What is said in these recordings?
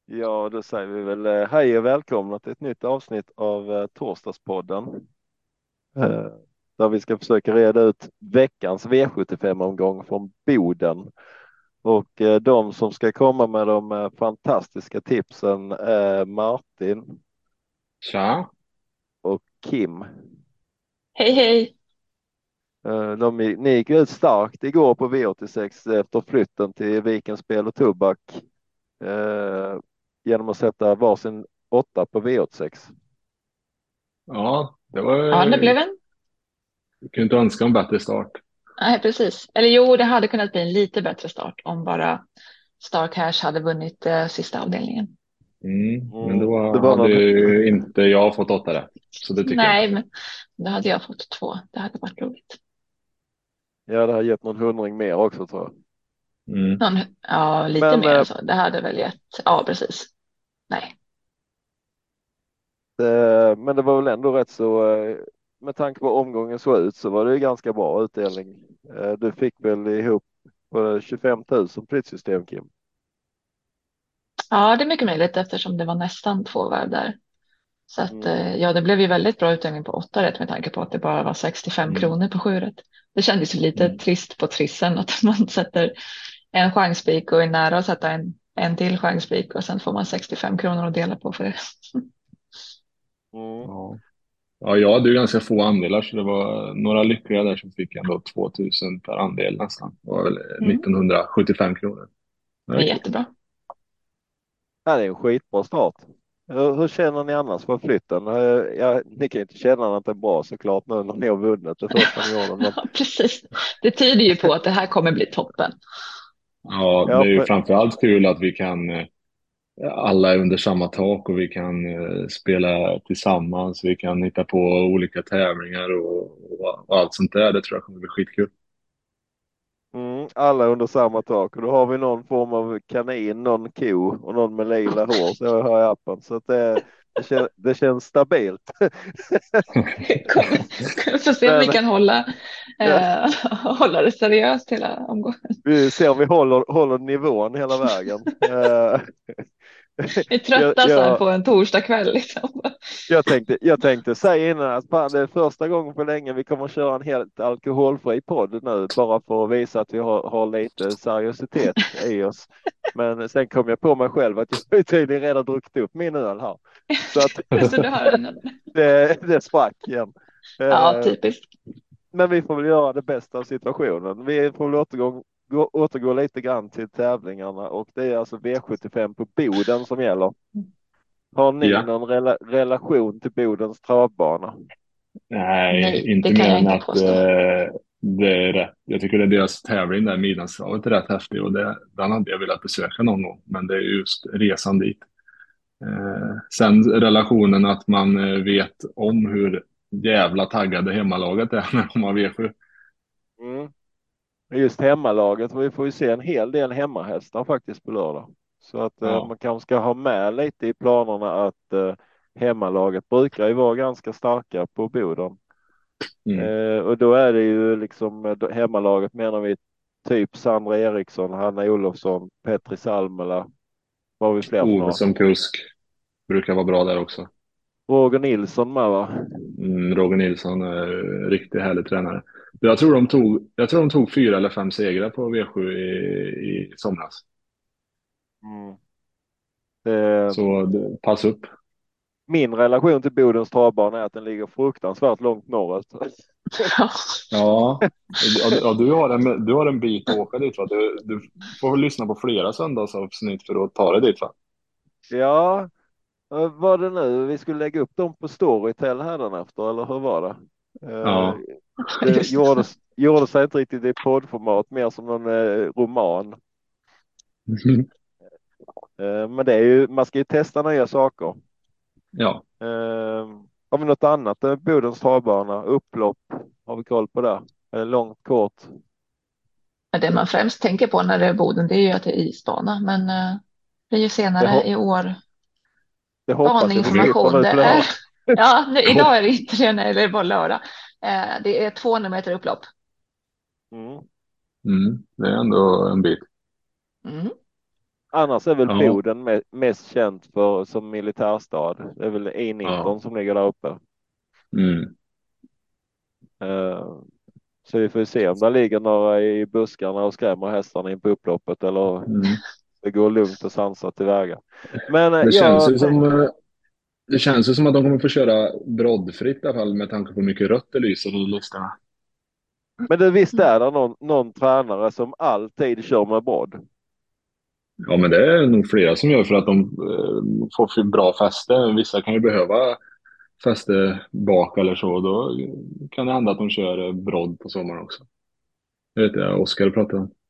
Ja, då säger vi väl hej och välkomna till ett nytt avsnitt av Torsdagspodden. Eh, Där vi ska försöka reda ut veckans V75-omgång från Boden. Och de som ska komma med de fantastiska tipsen är Martin Tja. och Kim. Hej hej! Ni gick ut starkt igår på V86 efter flytten till Vikens Spel och Tobak genom att sätta varsin 8 på V86. Ja, det var Ja, det blev en... jag kunde inte önska en bättre start. Nej, precis. Eller jo, det hade kunnat bli en lite bättre start om bara Star Cash hade vunnit sista avdelningen. Men då Det var hade någon, ju inte jag fått 8 rätt. Så det tycker jag inte. Nej, men då hade jag fått 2. Det hade varit roligt. ja, det har gett någon hundring mer också tror jag. Mm. Ja, lite Men, mer alltså. Det hade väl gett... Ja, precis. Nej. men det var väl ändå rätt så, med tanke på omgången såg ut så var det ju ganska bra utdelning. Du fick väl ihop 25 000 på ditt system, Kim? Ja, det är mycket möjligt eftersom det var nästan 2 varv där. Så att Mm, ja, det blev ju väldigt bra utdelning på 8 rätt med tanke på att det bara var 65 Mm. kronor på 7 rätt. Det kändes ju lite Mm. trist på trissen att man sätter en chanspik och är nära att sätta en till chanspik och sen får man 65 kronor att dela på för det. mm, Ja. Ja, jag hade ju ganska få andelar så det var några lyckliga där som fick ändå 2000 per andel nästan. Det var väl Mm. 1975 kronor. Det Det är är kul. jättebra. ja, det är en skitbra start. Hur känner ni annars för flytten? Ja, ni kan ju inte känna annat än bra såklart nu när ni har vunnit det första ni gjorde. Men, Ja, precis. Det tyder ju på att det här kommer bli toppen. Ja, det ja, är ju framförallt kul att vi kan alla är under samma tak och vi kan spela tillsammans. Vi kan hitta på olika tävlingar och allt sånt där. Det tror jag kommer bli skitkul. alla under samma tak och då har vi någon form av kanin, någon ko och någon med lila hår så jag har i appen så att det känns stabilt. Får se om vi Men kan ja, hålla det seriöst hela omgången. vi ser om vi håller nivån hela vägen. Vi är Jag, trötta så här jag, på en torsdagkväll liksom. jag tänkte säga innan att fan, det är första gången på länge vi kommer att köra en helt alkoholfri podd nu bara för att visa att vi har lite seriositet i oss. Men sen kom jag på mig själv att jag tydligen redan druckit upp min öl här. Så att Så du har en... det sprack igen. Ja, Eh, typiskt. Men vi får väl göra det bästa av situationen. Vi får väl återgå lite grann till tävlingarna och det är alltså V75 på Boden som gäller. Har ni Ja. någon relation till Bodens travbana? Nej, Nej, det inte kan mer jag än inte att påstå. det är rätt. Jag tycker det är deras tävling där, Midnattstravet, är rätt häftig och den hade jag velat besöka någon gång. Men det är just resan dit. Sen relationen att man vet om hur jävla taggade hemmalaget är när de har V7. Mm. Just hemmalaget, vi får ju se en hel del hemmahästar faktiskt på lördag. Så att Ja. man kanske ska ha med lite i planerna att hemmalaget brukar ju vara ganska starka på Boden. Mm. Och då är det ju liksom hemmalaget menar vi typ Sandra Eriksson, Hanna Olofsson, Petri Salmela. Vad har vi fler för Ove några? som kusk brukar vara bra där också. Roger Nilsson med va? Roger Nilsson är riktigt härlig tränare. Jag tror de tog 4 eller 5 segrar på V7 i somras. Mm. Eh, Så pass upp. Min relation till Bodens travbana är att den ligger fruktansvärt långt norrut. Ja, ja du har en bit att åka dit va? Du får väl lyssna på flera söndagsavsnitt för att ta dig dit va? Ja, var det nu vi skulle lägga upp dem på Storytel hädanefter eller hur var det? Ja. Det Just det. gjorde sig inte riktigt i poddformat, mer som någon roman. Men det är ju, man ska ju testa nya saker. Ja. Har vi något annat? Bodens travbana, upplopp, har vi koll på det? Långt, kort? Det man främst tänker på när det är Boden, det är ju att det är isbana, men det är ju Det, senare ho i år. det hoppas jag vi slipper Baninformation, nu det på är... lördag. Ja, idag är det inte det, nej, det är bara lördag. Det är 200 meter upplopp. Mm. Det är ändå en bit. Mm. Annars är väl Ja, Boden mest känt för som militärstad. Det är väl I-19 ja. som ligger där uppe. Mm. Eh, Så vi får se om det ligger några i buskarna och skrämmer hästarna in på upploppet eller Mm. det går lugnt och sansat tillväga. Men Det känns jag ju som, det känns ju som att de kommer få köra broddfritt i alla fall med tanke på hur mycket rött det lyser i listorna. men det visst är det någon tränare som alltid kör med brodd. Ja, men det är nog flera som gör för att de får för bra fäste. Vissa kan ju behöva fäste bak eller så. Då kan det hända att de kör brodd på sommaren också. Det vet jag, Oskar pratade om.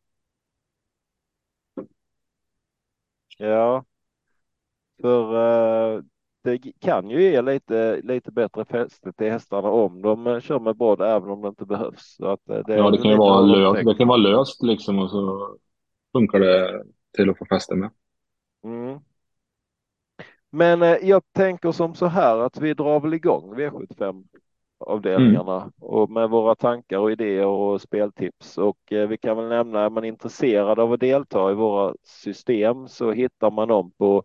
Ja, för det kan ju ge lite bättre fäste till hästarna om de kör med brodd även om det inte behövs. Så att det är Ja, det väl kan ju lite vara vad de löst. Det tänker. kan vara löst liksom och så funkar det till att få fäste med. Mm. Men jag tänker som så här att vi drar väl igång V75 Mm. avdelningarna och med våra tankar och idéer och speltips. Och vi kan väl nämna, är man intresserad av att delta i våra system så hittar man dem på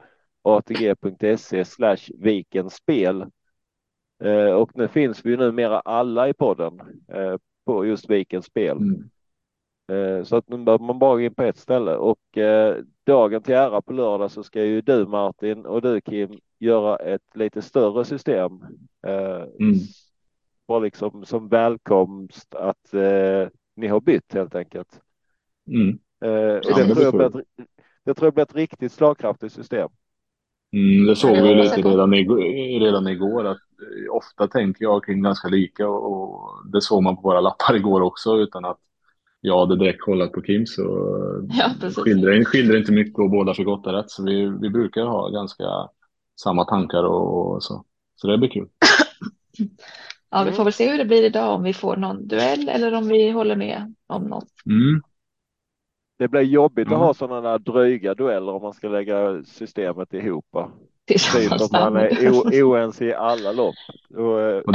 atg.se/vikenspel. Och nu finns vi ju numera alla i podden på just Vikens spel. Mm. Så att nu behöver man bara gå in på ett ställe och dagen till ära på lördag så ska ju du Martin och du Kim göra ett lite större system. Eh, Mm. Bara liksom som välkomst att ni har bytt helt enkelt. Mm. Och Ja, men det blir kul. det tror jag blir ett riktigt slagkraftigt system. Mm, det Ja, såg det vi ju hoppas lite jag på. redan igår att ofta tänker jag kring ganska lika och det såg man på våra lappar igår också utan att jag hade direkt kollat på Kim så Ja, precis. skiljer inte mycket och båda fick 8 rätt så vi brukar ha ganska samma tankar och så. Så det blir kul. Ja, vi får Mm. väl se hur det blir idag om vi får någon duell eller om vi håller med om något. Mm. Det blir jobbigt att ha Ja. sådana där dryga dueller om man ska lägga systemet ihop. Va? Typ Tillsammans. om man är oense i alla lopp. Och, Och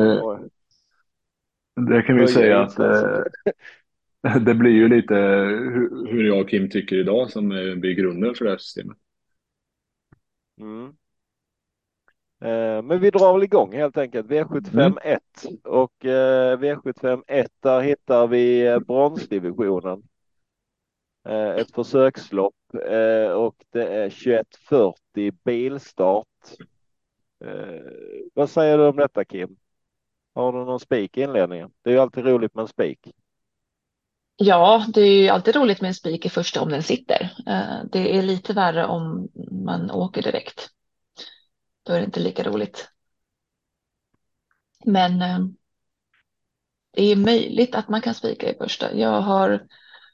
det kan vi höja säga att insatsen. det blir ju lite hur jag och Kim tycker idag som blir grunden för det här systemet. Mm. Men vi drar väl igång helt enkelt. Mm. V75 1 och V75 1 där hittar vi bronsdivisionen. Ett försökslopp och det är 21:40 bilstart. Vad säger du om detta Kim? Har du någon spik i inledningen? Det är ju alltid roligt med en spik. Ja, det är ju alltid roligt med en spik i första om den sitter. Det är lite värre om man åker direkt. Då är det inte lika roligt. Men det är möjligt att man kan spika i första. Jag har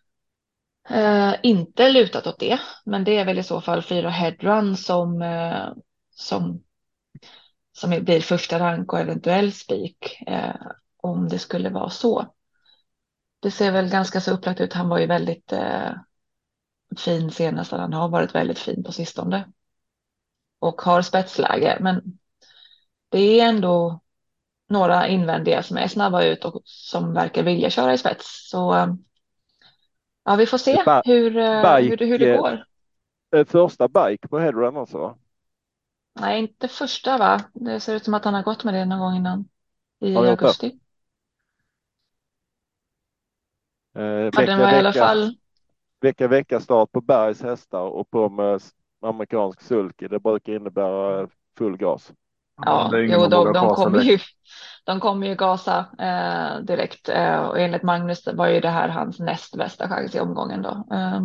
inte lutat åt det, men det är väl i så fall 4 headrun som, som blir första rank och eventuell spik om det skulle vara så. Det ser väl ganska så upplagt ut. Han var ju väldigt fin senast. Han har varit väldigt fin på sistone och har spetsläge, men det är ändå några invändiga som är snabba ut och som verkar vilja köra i spets. Så ja, vi får se Ba hur det bike, går. första bike på headrun alltså va? Nej, inte första va? Det ser ut som att han har gått med det någon gång innan Har i jag gjort det? augusti. Ja, den Vecka, var i alla vecka, fall. vecka start på Bergs hästar och på med amerikansk sulky. Det brukar innebära full gas. Ja, det Ja, är ingen jo, man vågar de passa kommer direkt. ju. De kommer ju gasa direkt och enligt Magnus var ju det här hans näst bästa chans i omgången då.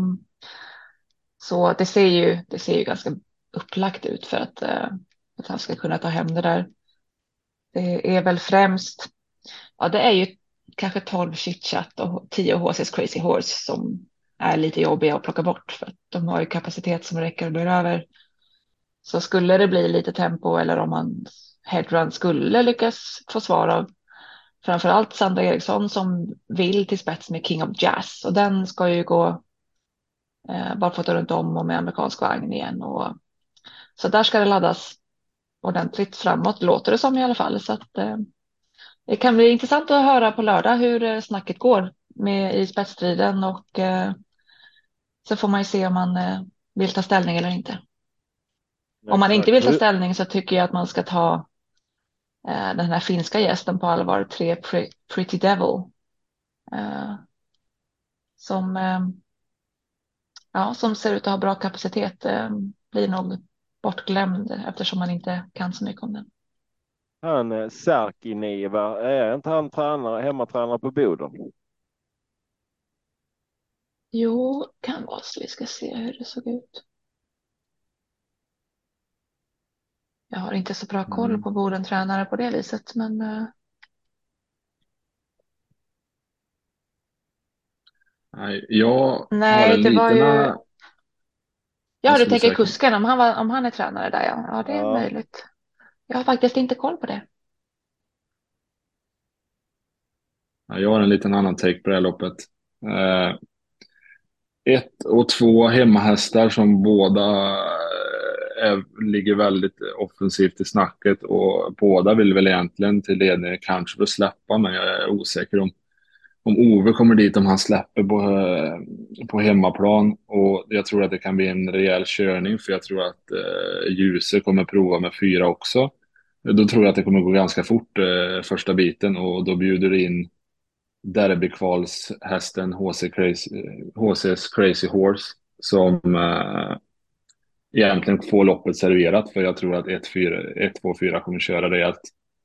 Så det ser ju ganska upplagt ut för att han ska kunna ta hem det där. Det är väl främst, ja det är ju kanske 12 chitchat och 10 HC's Crazy Horse som är lite jobbiga att plocka bort för att de har ju kapacitet som räcker och blir över. Så skulle det bli lite tempo eller om man headrun skulle lyckas få svar av framförallt Sandra Eriksson som vill till spets med King of Jazz och den ska ju gå barfota runt om och med amerikansk vagn igen. Så där ska det laddas ordentligt framåt, låter det som i alla fall. Så att, det kan bli intressant att höra på lördag hur snacket går i spetsstriden och så får man ju se om man vill ta ställning eller inte. Om man inte Exakt. vill ta ställning så tycker jag att man ska ta den här finska gästen på allvar, 3 Pretty Devil, eh, som, ja, som ser ut att ha bra kapacitet, blir nog bortglömd eftersom man inte kan så mycket om den. Han Särkiniva, är inte han hemmatränare på Boden? Jo, kan vara så. Vi ska se hur det såg ut. Jag har inte så bra koll på Boden-tränare på det viset, men Nej, jag har nej, en det var liten... ju. Vad Ja, du skulle du tänker säga? kusken, om han är tränare där, ja. Ja, det är Ja. möjligt. Jag har faktiskt inte koll på det. Ja, jag har en liten annan take på det här loppet. 1 och 2 hemmahästar som båda ligger väldigt offensivt i snacket och båda vill väl egentligen till ledningen, kanske för släppa, men jag är osäker om Ove kommer dit, om han släpper på hemmaplan, och jag tror att det kan bli en rejäl körning, för jag tror att Ljuse kommer prova med 4 också. Då tror jag att det kommer gå ganska fort första biten, och då bjuder du in derbykvalshästen HC's Crazy Horse som egentligen får loppet serverat, för jag tror att 1-2-4 kommer köra rejält.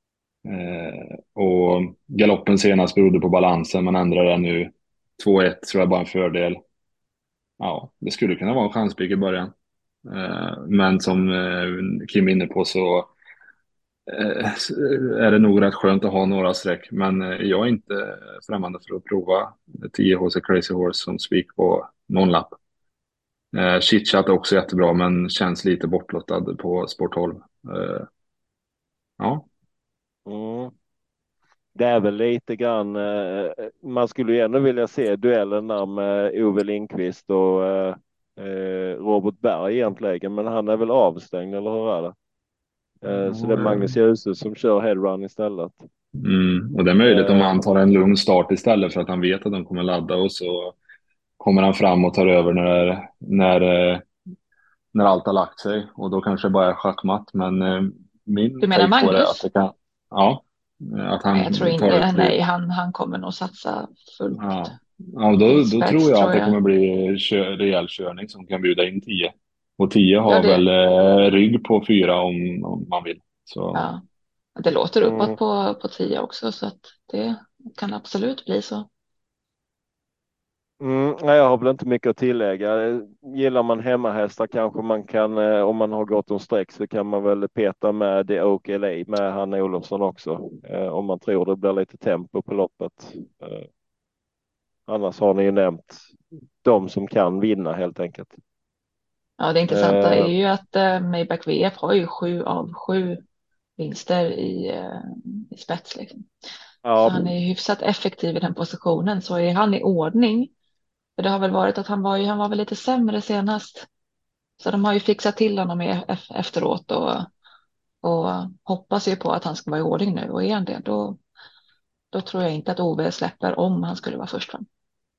Och galoppen senast berodde på balansen, man ändrar den nu. 2-1 tror jag bara en fördel. Ja, det skulle kunna vara en chanspik i början. Men som Kim är inne på så är det nog rätt skönt att ha några streck. Men jag är inte främmande för att prova 10 HC Crazy Horse som spik på någon lapp. Chitchat är också jättebra, men känns lite bortlottad på Sport 12. Ja. Mm. Det är väl lite grann, man skulle ju ändå vilja se duellen där med Ove Lindqvist och Robert Berg egentligen, men han är väl avstängd, eller hur är det? Så det är Magnus Djuse som kör headrun istället. Och det är möjligt om Eh, han tar en lugn start istället, för att han vet att de kommer ladda, och så kommer han fram och tar över när allt har lagt sig, och då kanske det bara är schackmatt. Men Du min menar take på det är att Magnus? det kan, ja, att Nej, jag tror han tar inte. ut Nej, han kommer nog satsa fullt ja, i då tror spets, jag att tror det jag. kommer bli rejäl körning som kan bjuda in 10. Och 10 Ja, har väl rygg på 4 om man vill. Så ja, det låter uppåt mm. på 10 också, så att det kan absolut bli så. Nej, jag har väl inte mycket att tillägga. Gillar man hemmahästar kanske man kan, om man har gått om streck så kan man väl peta med The Oak LA med Hanna Olofsson också. Om man tror det blir lite tempo på loppet. Annars har ni ju nämnt de som kan vinna helt enkelt. Ja, det intressanta är Eh, ju att Maybach VF har ju 7 av 7 vinster i spets liksom. Så ja, han är ju hyfsat effektiv i den positionen. Så är han i ordning, för det har väl varit att han var väl lite sämre senast. Så de har ju fixat till honom efteråt och hoppas ju på att han ska vara i ordning nu. Och är han det, då tror jag inte att Ove släpper om han skulle vara först fram.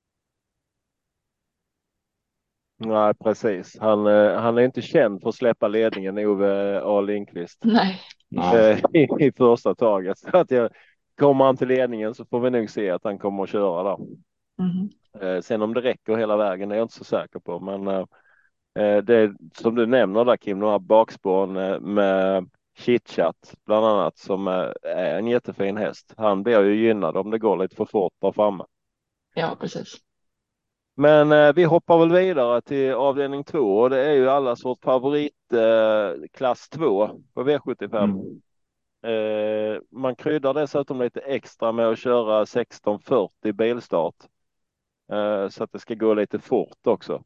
nej, precis. Han är inte känd för att släppa ledningen, Ove A. Lindqvist, Nej. nej. i första taget. Så att kommer han till ledningen så får vi nog se att han kommer att köra där. Mhm. Sen om det räcker hela vägen är jag inte så säker på, men det är, som du nämner där Kim, de här bakspåren med Chitchat bland annat, som är en jättefin häst. Han blir ju gynnad om det går lite för fort där framme. Ja, precis. Men vi hoppar väl vidare till avdelning 2, och det är ju alla sorts favorit klass 2 på V75. Man kryddar dessutom lite extra med att köra 16:40 bilstart, så att det ska gå lite fort också.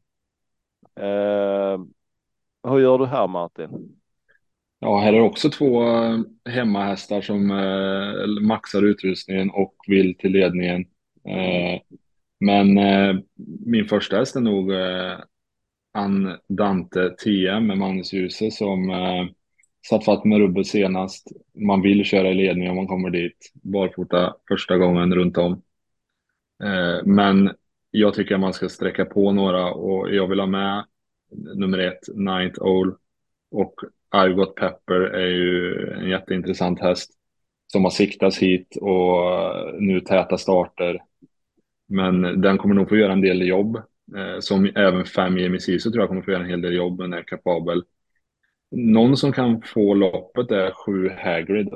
Hur gör du här Martin? Ja, här är också 2 hemmahästar som maxar utrustningen och vill till ledningen. Men min första häst är nog Andante TM med Magnus Djuse, som satt fatt med rubbet senast. Man vill köra i ledning om man kommer dit. Barfota första gången runt om. Men jag tycker att man ska sträcka på några, och jag vill ha med nummer 1, Ninth Owl. Och I've Got Pepper är ju en jätteintressant häst som har siktats hit och nu täta starter. Men den kommer nog få göra en del jobb. Som även 5 Jamie Sisu tror jag kommer få göra en hel del jobb, men är kapabel. Någon som kan få loppet är 7 Hagrid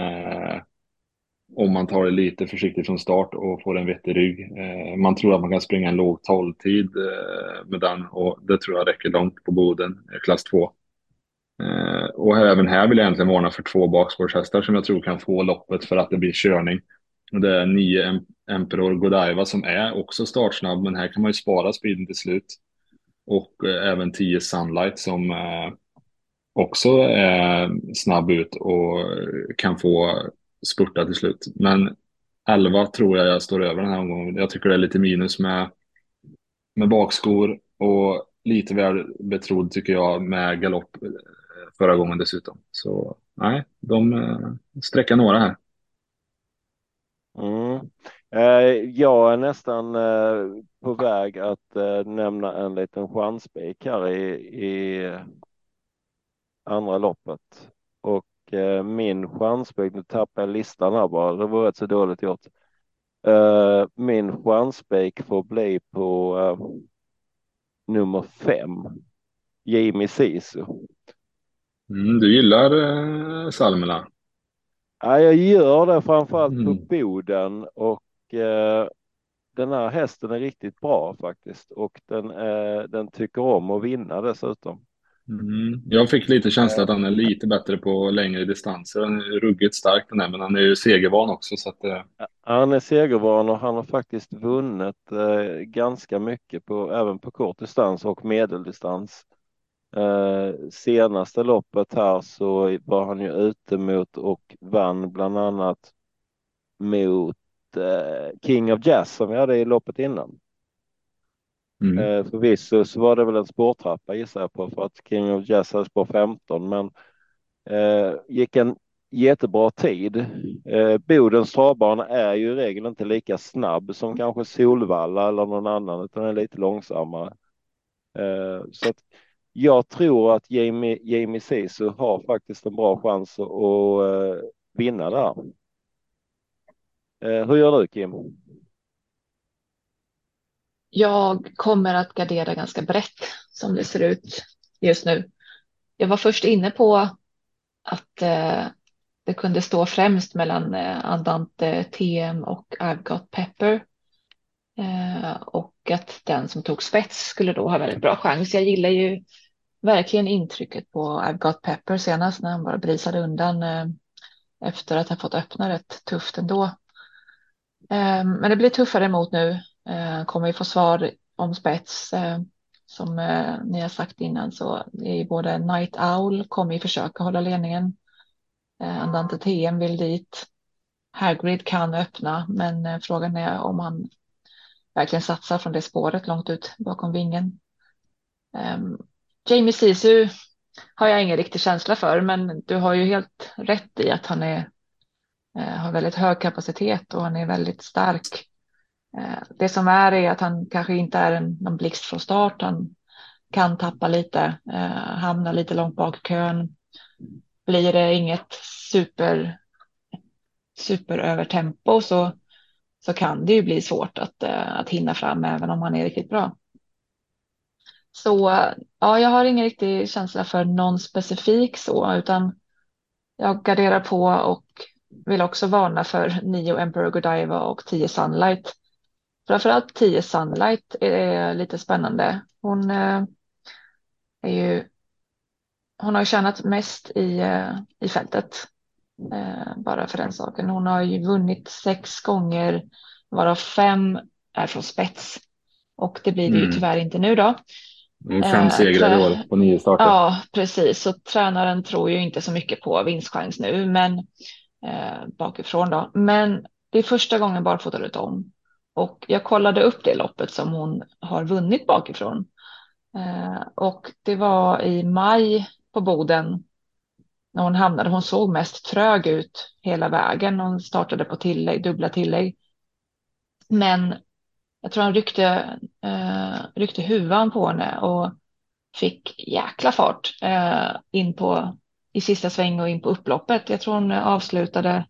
om man tar det lite försiktigt från start och får en vettig rygg. Man tror att man kan springa en låg 12-tid med den och det tror jag räcker långt på Boden, klass 2. Och även här vill jag egentligen varna för 2 bakspårshästar som jag tror kan få loppet för att det blir körning. Och det är 9 Emperor Godiva som är också startsnabb, men här kan man ju spara speeden till slut. Och även 10 Sunlight som också är snabb ut och kan få spurta till slut. Men 11 tror jag står över den här omgången. Jag tycker det är lite minus med bakskor och lite väl betrodd tycker jag med galopp förra gången dessutom. Så nej, de sträcker några här. Mm. Jag är nästan på väg att nämna en liten chansspik här i andra loppet. Och min chansspik, nu tappar jag listan här bara, det var rätt så dåligt gjort. Min chansspik får bli på nummer 5, Jamie Sisu. Du gillar Salmela? Ja, jag gör det framförallt på Mm. Boden och den här hästen är riktigt bra faktiskt och den tycker om att vinna dessutom. Jag fick lite känsla att han är lite bättre på längre distanser. Han är ruggigt stark den här, men han är ju segervan också. Så att, Han är segervan och han har faktiskt vunnit ganska mycket även på kort distans och medeldistans. Senaste loppet här så var han ju ute mot och vann bland annat mot King of Jazz som vi hade i loppet innan. Förvisso så var det väl en spårtrappa gissar jag på för att King of Jazz hade spår 15 men gick en jättebra tid. Bodens travbana är ju i regel inte lika snabb som kanske Solvalla eller någon annan utan är lite långsammare. Så att jag tror att Jamie Sisu har faktiskt en bra chans att vinna där. Hur gör du Kim? Jag kommer att gardera ganska brett som det ser ut just nu. Jag var först inne på att det kunde stå främst mellan Andante TM och I've Got Pepper. Och att den som tog spets skulle då ha väldigt bra chans. Jag gillar ju verkligen intrycket på I've Got Pepper senast när han bara brisade undan efter att ha fått öppna rätt tufft ändå. Men det blir tuffare emot nu. Kommer vi få svar om spets. Som ni har sagt innan så är både Night Owl kommer ju försöka hålla ledningen. Andante TM vill dit. Hagrid kan öppna men frågan är om han verkligen satsar från det spåret långt ut bakom vingen. Jamie Sisu har jag ingen riktig känsla för men du har ju helt rätt i att han har väldigt hög kapacitet och han är väldigt stark. Det som är att han kanske inte är någon blixt från start. Han kan tappa lite, hamna lite långt bak i kön. Blir det inget super över tempo så kan det ju bli svårt att hinna fram även om han är riktigt bra. Så ja, jag har ingen riktig känsla för någon specifik så utan jag garderar på och vill också varna för 9 Emperor Godiva och 10 Sunlight. Framförallt 10 Sunlight är lite spännande. Hon har tjänat mest i fältet. Bara för den saken. Hon har ju vunnit 6 gånger varav 5 är från spets. Och det blir det ju tyvärr inte nu då. 5 segrar i år på 9 starter. Ja, precis. Så tränaren tror ju inte så mycket på vinstchans nu. Men bakifrån då. Men det är första gången barfota runt om. Och jag kollade upp det loppet som hon har vunnit bakifrån. Och det var i maj på Boden när hon hamnade. Hon såg mest trög ut hela vägen. Hon startade på dubbla tillägg. Men jag tror han ryckte huvan på henne och fick jäkla fart in på i sista sväng och in på upploppet. Jag tror hon avslutade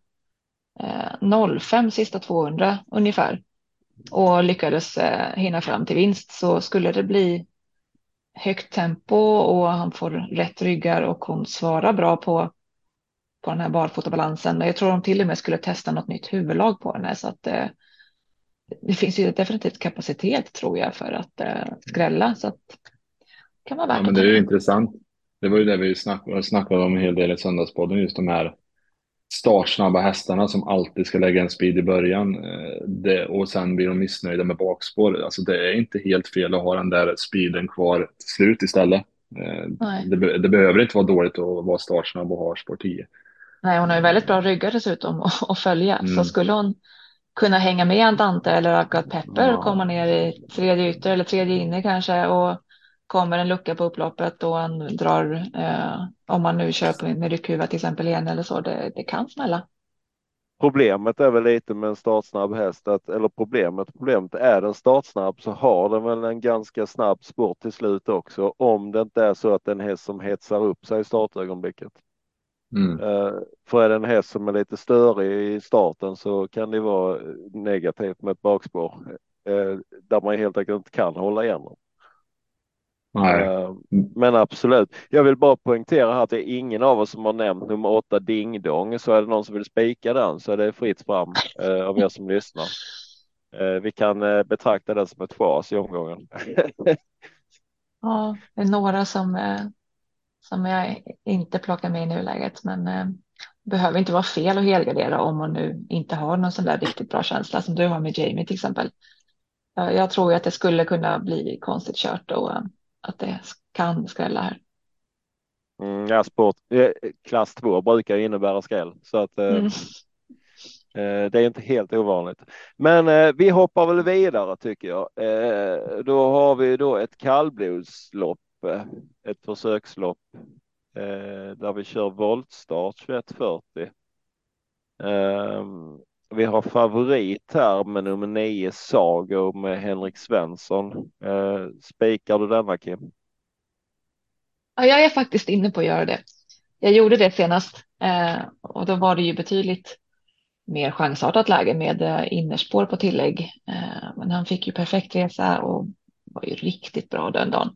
05 sista 200 ungefär och lyckades hinna fram till vinst. Så skulle det bli högt tempo och han får rätt ryggar och hon svarar bra på den här barfotabalansen. Jag tror de till och med skulle testa något nytt huvudlag på henne, så att det finns ju definitivt kapacitet tror jag för att skrälla, så att kan vara Ja, värt men att det ta är ju med. intressant. Det var ju det vi snackade om en hel del i Söndagspodden, just de här startsnabba hästarna som alltid ska lägga en speed i början och sen blir de missnöjda med bakspår. Alltså det är inte helt fel att ha den där speeden kvar till slut istället. Nej. Det behöver inte vara dåligt att vara startsnabb och ha spår 10. Nej, hon har ju väldigt bra ryggar dessutom att följa, så Mm. skulle hon kunna hänga med Andante eller Agat Pepper och komma Ja. ner i tredje ytter eller tredje inne kanske och kommer en lucka på upploppet och han drar, om man nu kör med ryckhuva till exempel igen eller så, det kan smälla. Problemet är väl lite med en startsnabb häst att, eller problemet är den startsnabb så har den väl en ganska snabb spurt till slut också, om det inte är så att det är en häst som hetsar upp sig i startögonblicket. Mm. För är det en häst som är lite störig i starten så kan det vara negativt med ett bakspår där man helt enkelt inte kan hålla igen. Nej. Men absolut. Jag vill bara poängtera här att det är ingen av oss som har nämnt nummer 8 Ding Dong. Så är det någon som vill spika den så är det fritt fram av er som lyssnar. Vi kan betrakta den som ett chas i omgången. Ja, det är några som jag inte plockar med i nuläget, men behöver inte vara fel att helgardera om man nu inte har någon sån där riktigt bra känsla som du har med Jamie till exempel. Jag tror ju att det skulle kunna bli konstigt kört och att det kan skrälla här. Ja, klass 2 brukar innebära skräll så att Mm. det är inte helt ovanligt. Men vi hoppar väl vidare tycker jag. Då har vi då ett kallblodslopp, ett försökslopp där vi kör voltstart 21:40. Vi har favorit här med nummer 9 Sago med Henrik Svensson. Spikar du denna Kim? Ja, jag är faktiskt inne på att göra det. Jag gjorde det senast och då var det ju betydligt mer chansartat läge med innerspår på tillägg. Men han fick ju perfekt resa och var ju riktigt bra den dagen.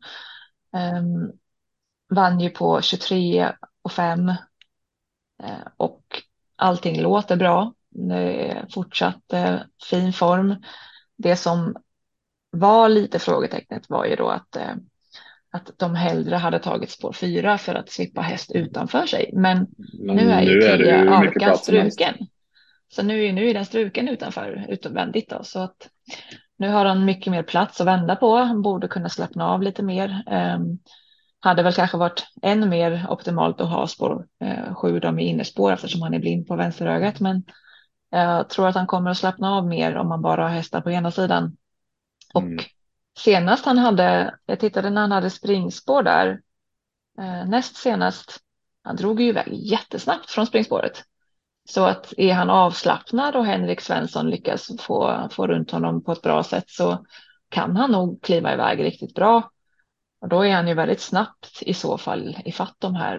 Vann ju på 23,5 och allting låter bra. Fortsatt fin form. Det som var lite frågetecknet var ju då att de hellre hade tagit spår 4 för att slippa häst utanför sig. Men Men nu är ju nu är det 10 ju hur mycket Alka plats som helst. struken. Så nu är den struken utvändigt då. Så att nu har han mycket mer plats att vända på. Han borde kunna slappna av lite mer. Hade väl kanske varit ännu mer optimalt att ha spår 7 då med innerspår eftersom han är blind på vänsterögat. Men jag tror att han kommer att slappna av mer om man bara har hästar på ena sidan. Och Mm. senast jag tittade när han hade springspår där, näst senast, han drog ju iväg jättesnabbt från springspåret. Så att är han avslappnad och Henrik Svensson lyckas få runt honom på ett bra sätt så kan han nog kliva iväg riktigt bra. Och då är han ju väldigt snabbt i så fall ifatt de här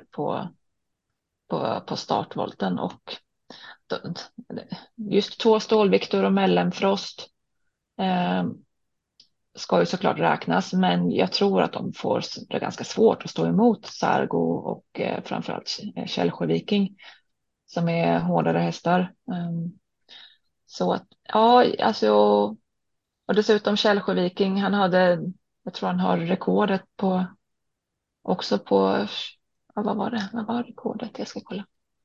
på startvolten. Och just 2 stålviktor och mellanfrost ska ju såklart räknas, men jag tror att de får det ganska svårt att stå emot Sargo och framförallt Källsjö-Viking som är hårdare hästar. Så att, ja, alltså, och dessutom Källsjö-Viking, jag tror han har rekordet också på, ja, vad var det? Vad var rekordet? Jag ska kolla.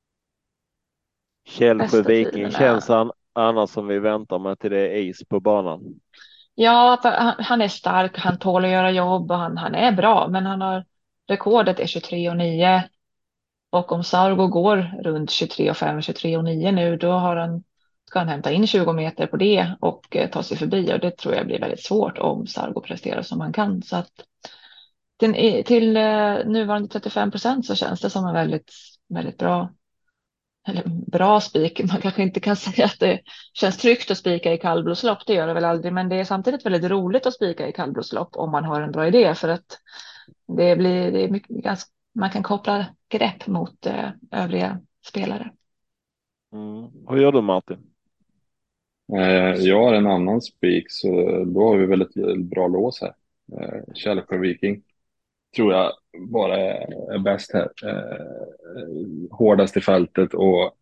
Källsjö Bästa Viking tiderna. känns annars som vi väntar med till det är is på banan. Ja, för han är stark, han tål att göra jobb och han är bra, men rekordet är 23,9 och om Sargo går runt 23,5, 23,9 nu, då ska han hämta in 20 meter på det och ta sig förbi och det tror jag blir väldigt svårt om Sargo presterar som han kan. Så att till nuvarande 35% så känns det som en väldigt, väldigt bra spik. Man kanske inte kan säga att det känns tryggt att spika i kallblodslopp, det gör det väl aldrig, men det är samtidigt väldigt roligt att spika i kallblodslopp om man har en bra idé för att Det är mycket, man kan koppla grepp mot övriga spelare. Hur gör du Martin? Jag har en annan spik, så då har vi väl ett bra lås här. Källsjö Viking tror jag bara är bäst här. Hårdast i fältet och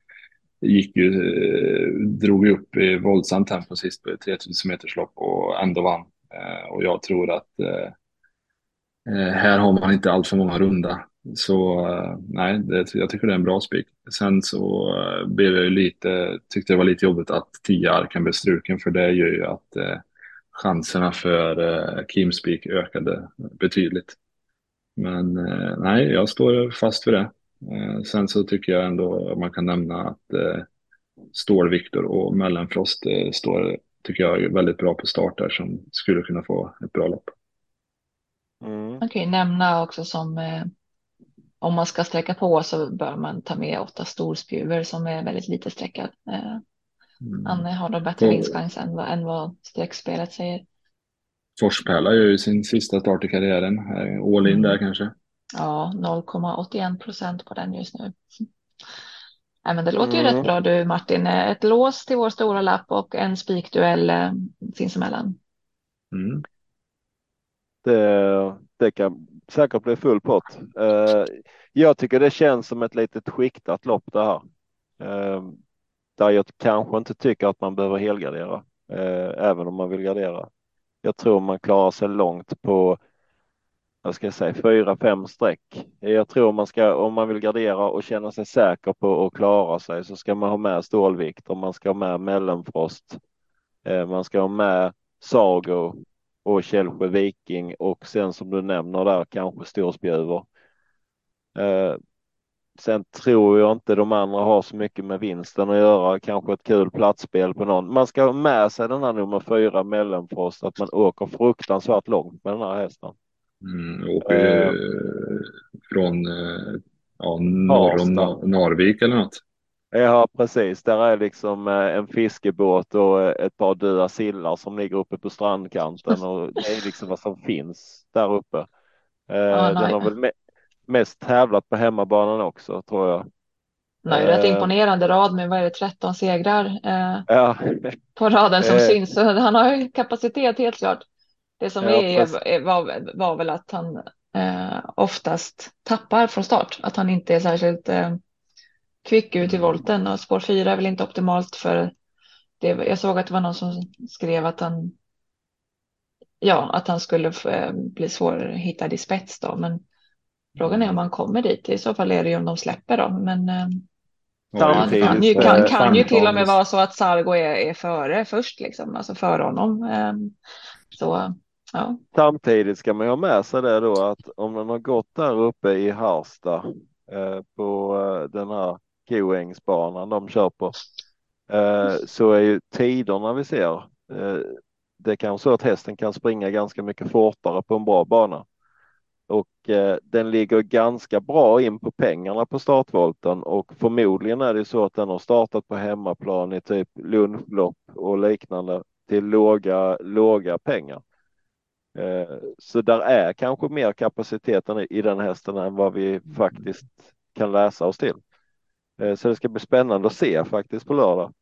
drog ju upp i våldsamt tempo sist på 3000 meters lopp och ändå vann. Och jag tror att här har man inte allt för många runda. Så nej, jag tycker det är en bra spik. Sen så blev jag ju tyckte det var lite jobbigt att 10 arken blev struken, för det gör ju att chanserna för Kim Spik ökade betydligt. Men nej, jag står fast vid det. Sen så tycker jag ändå man kan nämna att Stål Viktor och Mellanfrost tycker jag, är väldigt bra på start där, som skulle kunna få ett bra lopp. Man kan ju nämna också som om man ska sträcka på så bör man ta med 8 storspjuver som är väldigt lite sträckad. Han har då bättre vinstchans än vad streckspelet säger. Forspärla gör ju sin sista start i karriären. All in där kanske. Ja, 0,81% på den just nu. Nej, men det låter ju rätt bra du Martin. Ett lås till vår stora lapp och en spikduell sinsemellan. Det kan säkert bli full pott. Jag tycker det känns som ett litet skiktat lopp det här. Där jag kanske inte tycker att man behöver helgardera, även om man vill gardera. Jag tror man klarar sig långt på, jag ska säga 4-5 streck. Jag tror man ska, om man vill gardera och känna sig säker på att klara sig, så ska man ha med Stålvikt och man ska ha med Mellanfrost. Man ska ha med Sago och Källsjö Viking och sen som du nämner där kanske Storspjuver. Sen tror jag inte de andra har så mycket med vinsten att göra. Kanske ett kul platsspel på någon. Man ska ha med sig den här nummer 4 Mellanfrost, att man åker fruktansvärt långt med den här hästen. Åker ju från norr om Narvik eller något. Ja, precis. Där är liksom en fiskebåt och ett par döda sillar som ligger uppe på strandkanten och det är liksom vad som finns där uppe. Den har väl mest tävlat på hemmabanan också, tror jag. Nej, rätt imponerande rad med, vad är det, 13 segrar ja. på raden som syns. Så han har ju kapacitet, helt klart. Det som var väl att han oftast tappar från start. Att han inte är särskilt kvick ut i volten. Och spår 4 är väl inte optimalt för det. Jag såg att det var någon som skrev att han skulle bli svårhittad i spets då. Men frågan är om han kommer dit. I så fall är det ju om de släpper då. Men det kan ju till och med vara så att Sargo är först liksom. Alltså före honom. Så ja. Samtidigt ska man ha med sig det då att om den har gått där uppe i Harsta på den här Koängsbanan de kör på, så är ju tiderna vi ser, det kan så att hästen kan springa ganska mycket fortare på en bra bana. Och den ligger ganska bra in på pengarna på startvolten och förmodligen är det så att den har startat på hemmaplan i typ lunchlopp och liknande till låga pengar. Så där är kanske mer kapaciteten i den hästen än vad vi faktiskt kan läsa oss till. Så det ska bli spännande att se faktiskt på lördag.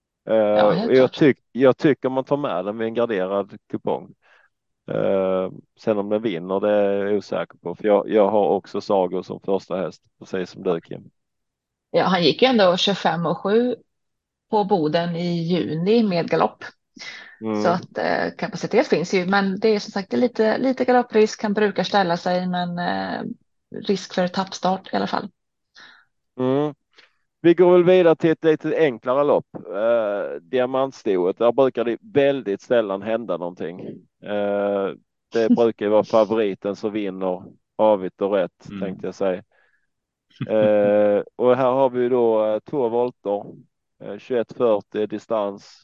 Jag tycker man tar med den vid en garderad kupong. Sen om den vinner, det är jag osäker på. För jag har också Sago som första häst, precis som du Kim. Ja, han gick ju ändå 25,7 på Boden i juni med galopp. Så att kapacitet finns ju, men det är som sagt lite galopprisk. Han brukar ställa sig, men risk för tappstart i alla fall. Vi går väl vidare till ett lite enklare lopp. Diamantstoet, där brukar det väldigt sällan hända någonting. Det brukar ju vara favoriten som vinner avigt och rätt, tänkte jag säga. Och här har vi då 2 volter, 21,40 distans.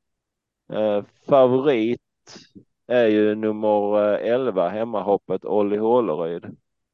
Favorit är ju nummer 11, hemmahoppet Olli Håleryd.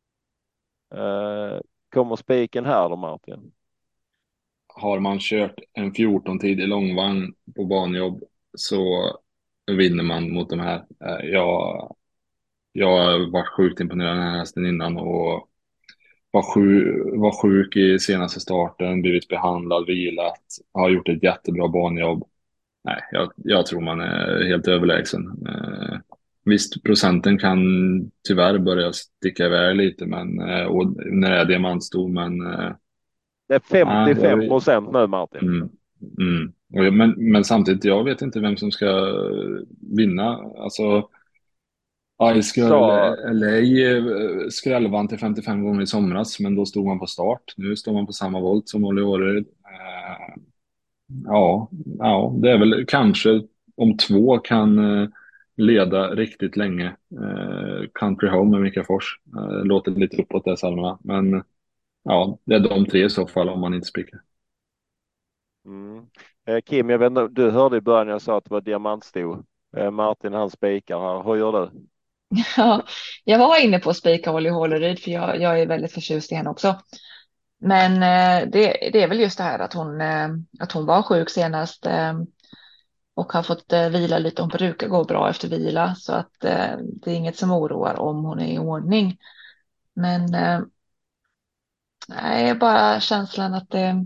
Kommer spiken här då Martin? Har man kört en 14-tid i långvagn på banjobb så vinner man mot de här. Jag har varit sjukt imponerad av den här hästen innan och var sjuk i senaste starten, blivit behandlad, vilat, har gjort ett jättebra banjobb. Nej, jag tror man är helt överlägsen. Visst, procenten kan tyvärr börja sticka iväg lite, och när det är diamantsto, men Det är nej, 55% nu, Martin. mm, men samtidigt, jag vet inte vem som ska vinna. Alltså, Ice Girl Sa, LA skrällvann till 55 gånger i somras, men då stod man på start. Nu står man på samma volt som Olli Åryd. Ja, ja, det är väl kanske om två kan leda riktigt länge. Country Home med Mika Fors. Låter lite uppåt där, Salma. Men ja, det är de tre i så fall om man inte spikar. mm. Kim, jag vet inte, du hörde i början jag sa att det var diamantsto. Martin han spikar här. Hur gör du? Ja, jag var inne på att spika Olli Håleryd för jag är väldigt förtjust i henne också. Men det är väl just det här att hon var sjuk senast och har fått vila lite. Hon brukar gå bra efter vila så att det är inget som oroar om hon är i ordning. Men nej, bara känslan att det,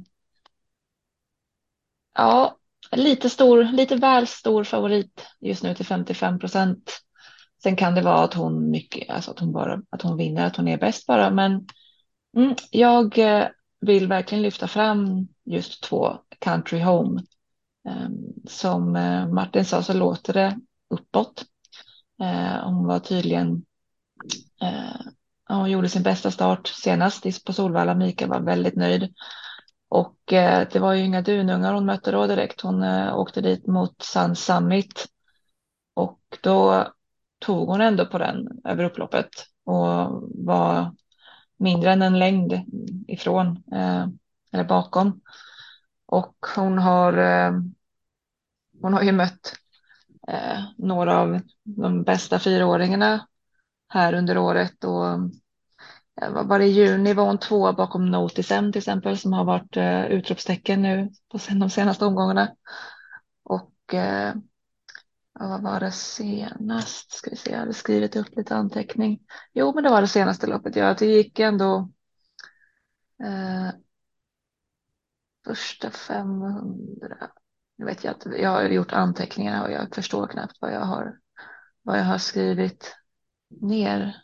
ja, lite väl stor favorit just nu till 55%. Sen kan det vara att hon mycket, alltså att hon vinner, att hon är bäst bara. Men jag vill verkligen lyfta fram just två Country Home. Som Martin sa så låter det uppåt. Hon var tydligen, hon gjorde sin bästa start senast på Solvalla. Mika var väldigt nöjd. Och det var ju inga dunungar hon mötte då direkt. Hon åkte dit mot Sun Summit. Och då tog hon ändå på den över upploppet. Och var mindre än en längd ifrån, eller bakom. Och hon har ju mött några av de bästa fyraåringarna här under året. Och var det i juni var hon två bakom Notisem till exempel som har varit utropstecken nu på de senaste omgångarna. Och ja, vad var det senast? Ska vi se, jag hade skrivit upp lite anteckning. Jo, men det var det senaste loppet. Ja, det gick ändå eh, första 500. Nu vet jag att jag har gjort anteckningar och jag förstår knappt vad jag har skrivit ner.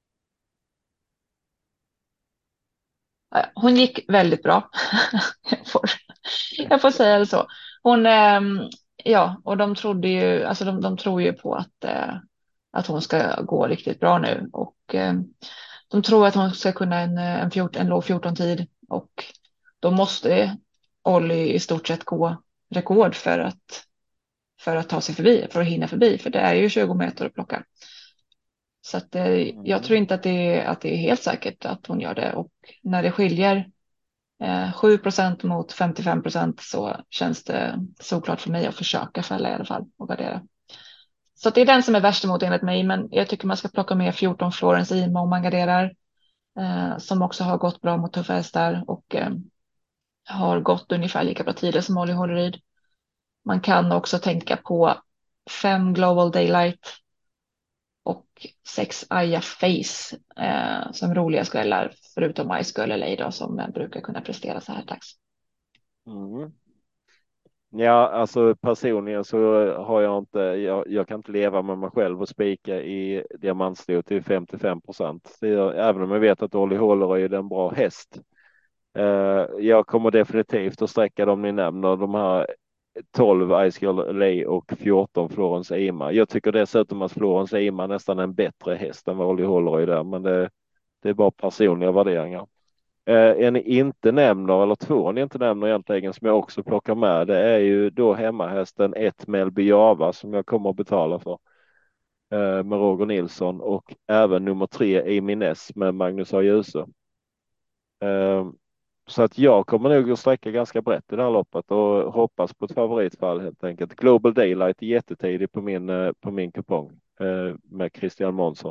Ja, hon gick väldigt bra. Jag får säga det så. Hon, ja, och de trodde ju, alltså de tror ju på att hon ska gå riktigt bra nu och de tror att hon ska kunna en låg 14-tid och då måste Olli i stort sett gå rekord för att ta sig förbi, för att hinna förbi, för det är ju 20 meter att plocka. Så att, jag tror inte att det är helt säkert att hon gör det och när det skiljer 7% mot 55% så känns det såklart för mig att försöka fälla i alla fall och värdera. Så det är den som är värst emot enligt mig, men jag tycker man ska plocka med 14 Florence Ima om man garderar, som också har gått bra mot tuffa hästar och har gått ungefär lika bra tider som Molly Håleryd. Man kan också tänka på 5 Global Daylight och 6 Aya Face som roliga skrällar, förutom Ice Girl LA då, som brukar kunna prestera så här dags. Mm. Ja, alltså personligen så har jag inte, jag kan inte leva med mig själv och spika i diamantsto till 55%. Även om jag vet att Olli Håller är en bra häst. Jag kommer definitivt att sträcka dem ni nämner, de här 12 Ice Girl LA och 14 Florence Ima. Jag tycker dessutom att Florence Ima nästan är en bättre häst än vad Olli Håller är där, men det är bara personliga värderingar. En ni inte nämner, eller två ni inte nämner egentligen som jag också plockar med, det är ju då hemmahästen 1 Melby Java som jag kommer att betala för med Roger Nilsson och även nummer 3 Amy Ness med Magnus A. Djuse. Så att jag kommer nog att sträcka ganska brett i det här loppet och hoppas på ett favoritfall helt enkelt. Global Daylight är jättetidig på min kupong med Christian Månsson.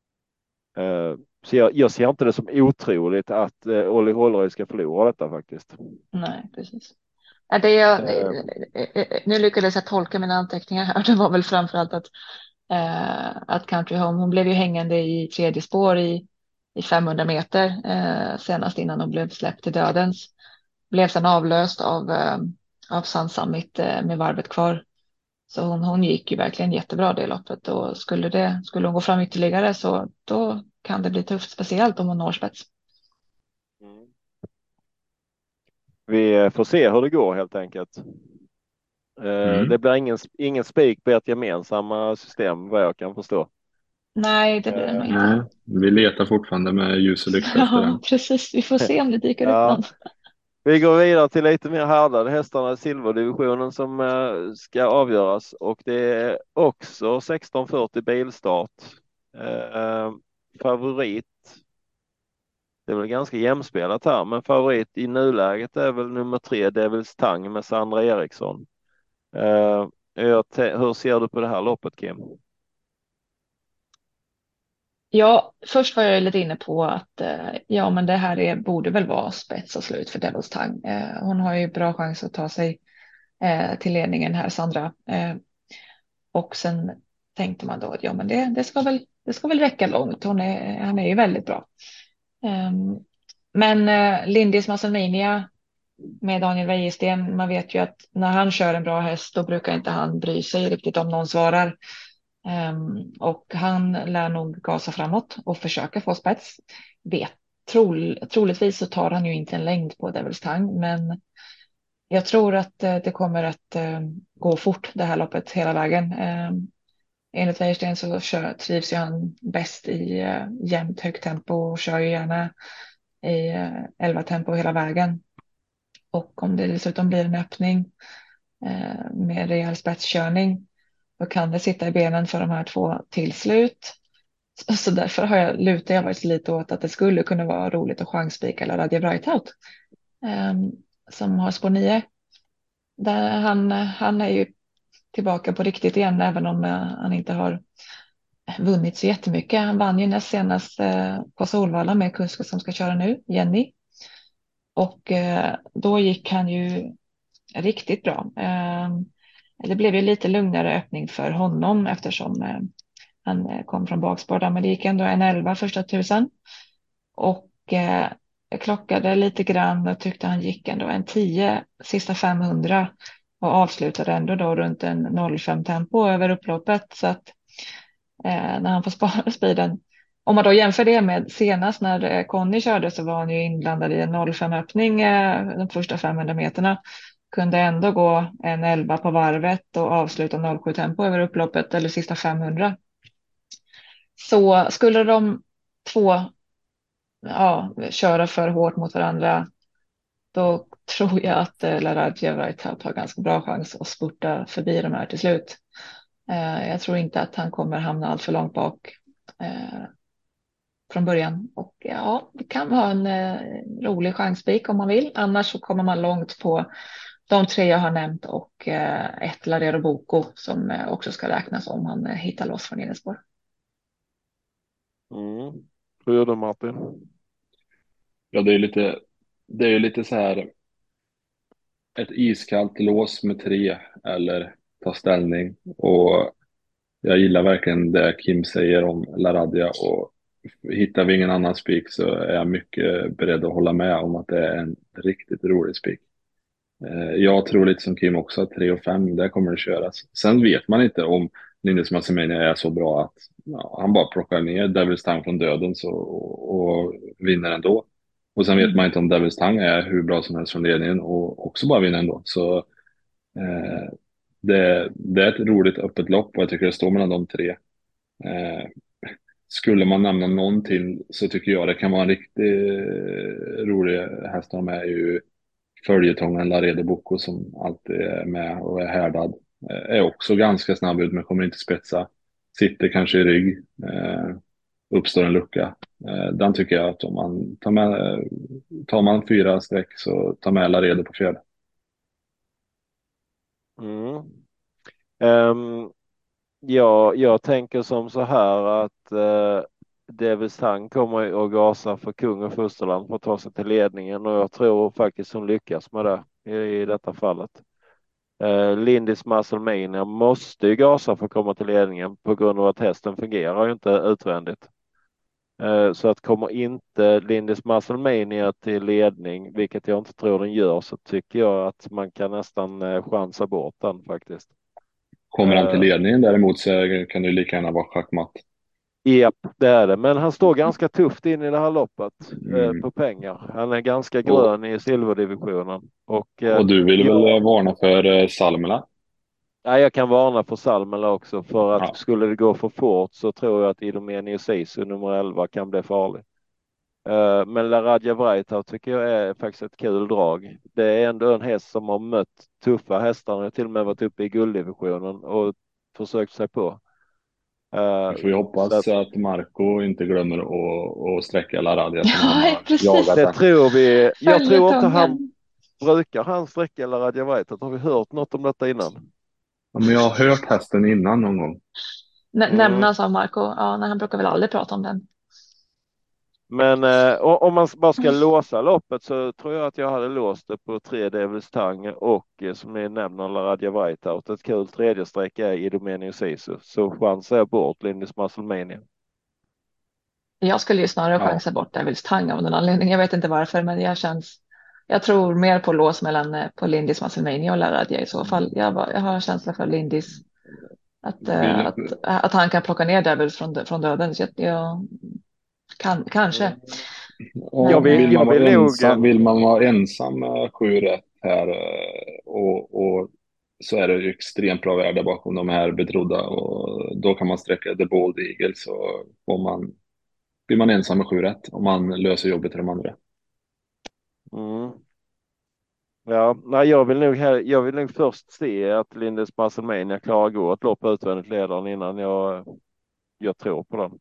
Så jag ser inte det som otroligt att Olli Hålleröd ska förlora detta faktiskt. Nej, precis. Nu lyckades jag tolka mina anteckningar här. Det var väl framförallt att Att Country Home, hon blev ju hängande i tredje spår i 500 meter senast innan hon blev släppt till dödens. Blev sedan avlöst av Sun Summit med varvet kvar. Så hon gick ju verkligen jättebra det loppet, och skulle hon gå fram ytterligare så då kan det bli tufft, speciellt om hon når spets. Mm. Vi får se hur det går helt enkelt. Det Mm. blir ingen spik på ert gemensamma system vad jag kan förstå. Nej, det blir det nog inte. Nej, vi letar fortfarande med ljus och lykta efter Ja, den. precis. Vi får se om det dyker upp Ja, någon. vi går vidare till lite mer härdade hästarna i silverdivisionen som ska avgöras, och det är också 16:40 bilstart. Eh, Favorit, det är väl ganska jämspelat här, men favorit i nuläget är väl nummer 3 Devils Tang med Sandra Eriksson. Hur ser du på det här loppet, Kim? Ja, först var jag lite inne på att ja, men det här borde väl vara spets och slut för Devils Tang. Hon har ju bra chans att ta sig till ledningen här, Sandra. Och sen tänkte man då att ja, men det ska väl räcka långt. Han är ju väldigt bra. Men Lindis Massamania med Daniel Wäjersten, man vet ju att när han kör en bra häst då brukar inte han bry sig riktigt om någon svarar. Och han lär nog gasa framåt och försöka få spets. Troligtvis så tar han ju inte en längd på Devils Tang, men jag tror att det kommer att gå fort det här loppet hela vägen. Enligt Wäjersten så trivs ju han bäst i jämnt högt tempo och kör ju gärna i 11 tempo hela vägen. Och om det dessutom blir en öppning med rejäl spetskörning, då kan det sitta i benen för de här två till slut. Så därför lutar jag varit lite åt att det skulle kunna vara roligt att chansspika eller Radja Brightout som har spår 9. Där han är ju tillbaka på riktigt igen, även om han inte har vunnit så jättemycket. Han vann ju näst senast på Solvalla med kusken som ska köra nu, Jenny. Och då gick han ju riktigt bra. Det blev ju lite lugnare öppning för honom eftersom han kom från bakspår där, men det gick ändå en 11 första 1000. Och jag klockade lite grann och tyckte han gick ändå en 10 sista 500 och avslutade ändå då runt en 05 tempo över upploppet. Så att när han får spara speeden, om man då jämför det med senast när Conny körde, så var han ju inblandad i en 05 öppning de första 500 meterna. Kunde ändå gå en 11 på varvet och avsluta 07 tempo över upploppet eller sista 500. Så skulle de två köra för hårt mot varandra, då tror jag att Laradja Whitehout har ganska bra chans att spurta förbi de här till slut. Jag tror inte att han kommer hamna allt för långt bak från början. Och ja, det kan vara en rolig chansspik om man vill. Annars så kommer man långt på de 3 jag har nämnt och ett Laredo Boko som också ska räknas om han hittar loss från innerspår. Hur gör du, Martin? Ja, det är ju lite så här ett iskallt lås med 3 eller ta ställning. Och jag gillar verkligen det Kim säger om Laradja, och hittar vi ingen annan spik så är jag mycket beredd att hålla med om att det är en riktigt rolig spik. Jag tror lite som Kim också att 3 och 5, där kommer det köras. Sen vet man inte om Linus Massimania är så bra att han bara plockar ner Devils Tang från döden och vinner ändå. Och sen vet man inte om Devils Tang är hur bra som helst från ledningen och också bara vinner ändå. Så det är ett roligt öppet lopp och jag tycker det står mellan de 3. Skulle man nämna någon till så tycker jag det kan vara en riktigt rolig häst. De är ju följetongen Laredo Boko som alltid är med och är härdad. Är också ganska snabb ut men kommer inte spetsa. Sitter kanske i rygg. Uppstår en lucka. Den tycker jag att om man tar man 4 streck så tar med Laredo på 4. Ja, jag tänker som så här att Devils Tang kommer att gasa för kung och fosterland för att ta sig till ledningen, och jag tror faktiskt hon lyckas med det i detta fallet. Lindis Muscle Mania måste ju gasa för att komma till ledningen på grund av att hästen fungerar ju inte utvändigt. Så att kommer inte Lindis Muscle Mania till ledning, vilket jag inte tror den gör, så tycker jag att man kan nästan chansa bort den faktiskt. Kommer han till ledningen däremot så kan det ju lika gärna vara schackmatt. Japp, det är det. Men han står ganska tufft in i det här loppet Mm. på pengar. Han är ganska grön i silverdivisionen. Och du vill väl ja, varna för Salmela? jag kan varna för Salmela också, för att Ja. skulle det gå för fort så tror jag att Idomeni Sisu nummer 11 kan bli farlig. Men Laradja Vrajtar tycker jag är faktiskt ett kul drag. Det är ändå en häst som har mött tuffa hästar. Han har till och med varit uppe i gulddivisionen och försökt sig på. Vi får ju Så hoppas att Marco inte glömmer att sträcka Laradja som han Ja, har precis. jagat det den. tror vi. Jag tror inte han Följetongen. brukar han sträcka Laradja Vrajtar. Har vi hört något om detta innan? Ja, men jag har hört hästen innan någon gång. Mm. Nämnas av Marco. Ja, nej, han brukar väl aldrig prata om den. Men om man bara ska låsa loppet så tror jag att jag hade låst det på 3 Devils Tang och som ni nämner Laradja Whiteout. Ett kul tredje streck är Idomeni Sisu. Så chansar jag bort Lindis Muscle Mania. Jag skulle ju snarare Ja. chansa bort Devils Tang av någon anledning. Jag vet inte varför, men jag tror mer på lås mellan på Lindis Musclemania och Laradja i så fall. Jag har en känsla för Lindis Vill, att han kan plocka ner Devils från döden. Så jag kanske. Jag Men vill, jag vill nog. vill man vara ensam med 7 rätt här och så är det ju extremt bra värde bakom de här betrodda och då kan man sträcka The Bold Eagle så blir man ensam med 7 rätt om man löser jobbet till de andra. Mm. Ja, nej, jag vill nog först se att Lindis Muscle Mania klarar att gå ett lopp utvändigt ledaren innan jag tror på den.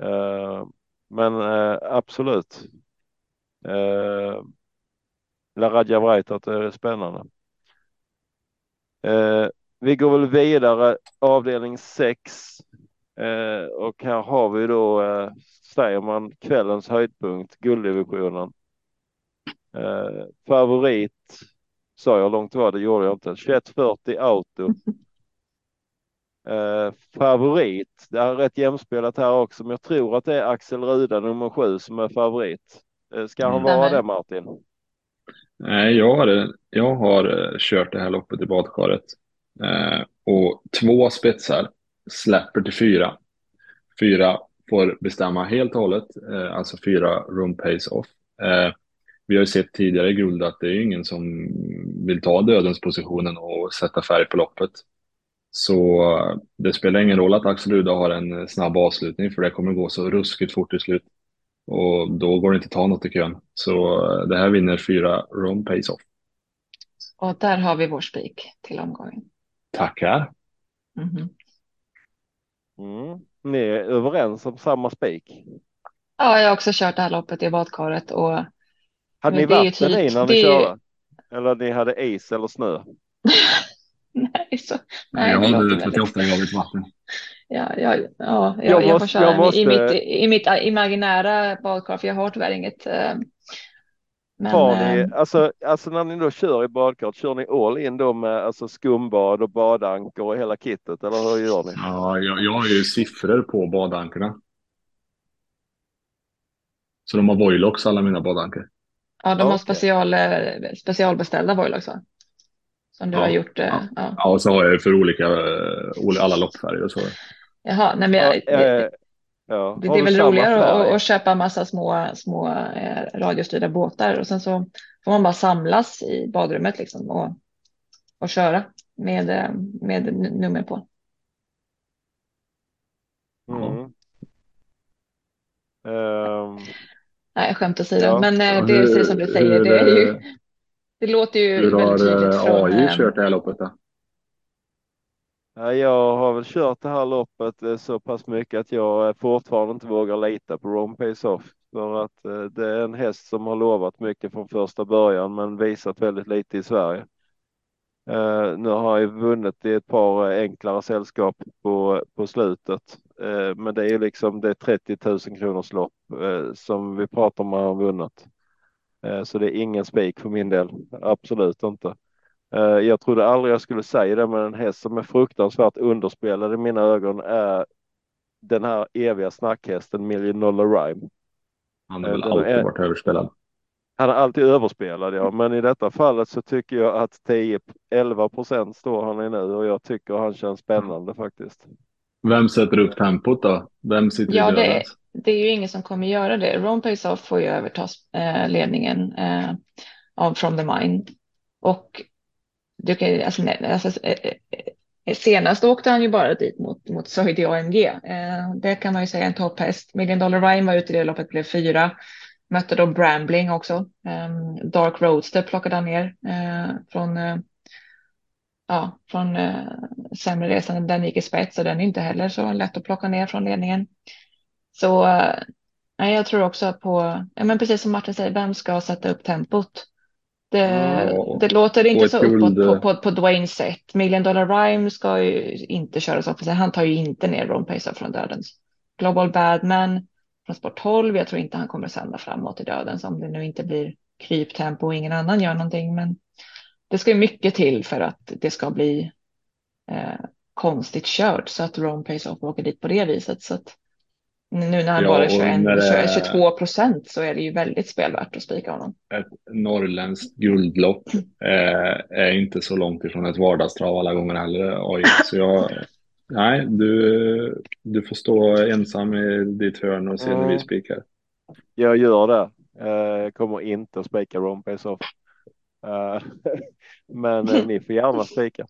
Men absolut. Laradja Vrajtar är spännande. Vi går väl vidare, avdelning 6. Och här har vi då, säger man, kvällens höjdpunkt, gulddivisionen. Favorit, sa jag långt var det, gjorde jag inte. 2140 auto. Favorit, det är rätt jämspelat här också, men jag tror att det är Axel Ruda nummer 7 som är favorit. Ska han vara stämmer. det, Martin? Nej, jag har kört det här loppet i badkaret. Och 2 spetsar släpper till 4. 4 får bestämma helt och hållet, alltså 4 room pace off. Vi har ju sett tidigare i guld att det är ingen som vill ta dödens positionen och sätta färg på loppet. Så det spelar ingen roll att Axel Ruda har en snabb avslutning för det kommer gå så ruskigt fort i slut. Och då går det inte att ta något i kön. Så det här vinner 4 room pace off. Och där har vi vår spik till omgången. Tackar. Mhm. Ni är överens om samma spik? Ja, jag har också kört det här loppet i badkaret och Hade ni det är ju vatten i när ni det är ju, körde? Eller ni hade is eller snö? nej, det låter väldigt. 38-gradigt vatten. Jag får köra i mitt måste. i mitt imaginära badkar för jag har tyvärr inget. Men Har ni, alltså när ni då kör i badkar, kör ni all in då med alltså skumbad och badankor och hela kittet, eller hur gör ni? Ja, jag har ju siffror på badankorna. Så de har Voilox alla mina badankor. ja, de har Okej. specialbeställda Voilox va? Som du har Ja. gjort. Ja. Ja. Ja, och så har jag för alla loppfärger och så. Jaha, nej, men Ja, ja. det Har är du väl samma roligare färg? att köpa massa små radiostyrda båtar och sen så får man bara samlas i badrummet liksom och köra med nummer på. Ja. Mm. Ehm, Nej, skämt åsido. ja. Men Och det är precis som du säger. Det är ju, det låter hur ju har väldigt tydligt från. AI kört det här loppet då? Ja, jag har väl kört det här loppet så pass mycket att jag fortfarande inte vågar lita på Rome Pace Off. För att det är en häst som har lovat mycket från första början men visat väldigt lite i Sverige. Nu har jag vunnit i ett par enklare sällskap på slutet. Men det är ju liksom det är 30 000 kronors lopp som vi pratar om har vunnit. Så det är ingen spik för min del. Absolut inte. Jag trodde aldrig jag skulle säga det, men en häst som är fruktansvärt underspelad i mina ögon är den här eviga snackhästen Million Dollar Rhyme. Han har väl Den alltid är, varit överspelad. han är alltid överspelad, ja, men i detta fallet så tycker jag att 10-11% står han i nu och jag tycker han känns spännande faktiskt. Vem sätter upp tempot då? Vem sitter i Ja, dödens? det är ju ingen som kommer göra det. Ron Pace-Off får ju överta ledningen av From the Mine. Och du kan ju, alltså, senast åkte han ju bara dit mot Soidi AMG. Det kan man ju säga en topphäst. Million Dollar Rhyme var ute i det loppet, blev 4. Mötte då Brambling också. Dark Roadster plockade han ner från sämre resan. Den gick i spets och den är inte heller så lätt att plocka ner från ledningen. Så nej, jag tror också på, ja, men precis som Martin säger, vem ska sätta upp tempot? Det låter Och inte ett så guld. uppåt på Dwayne Sett. Million Dollar Rhyme ska ju inte köras upp. Han tar ju inte ner Ron Pacer från dödens. Global Badman från Sport 12. Jag tror inte han kommer sända framåt i dödens om det nu inte blir kryptempo och ingen annan gör någonting. Men det ska ju mycket till för att det ska bli konstigt kört så att Ron Pacer åker dit på det viset. Så att nu när han Ja, bara och när det kör är 22% så är det ju väldigt spelvärt att spika honom. ett norrländskt guldlopp är inte så långt ifrån ett vardagstrav alla gånger heller. Oj, så nej, du får stå ensam i ditt hörn och se när vi spikar. Jag gör det. Jag kommer inte att spika Ron Pace-Off. Men ni får gärna spika.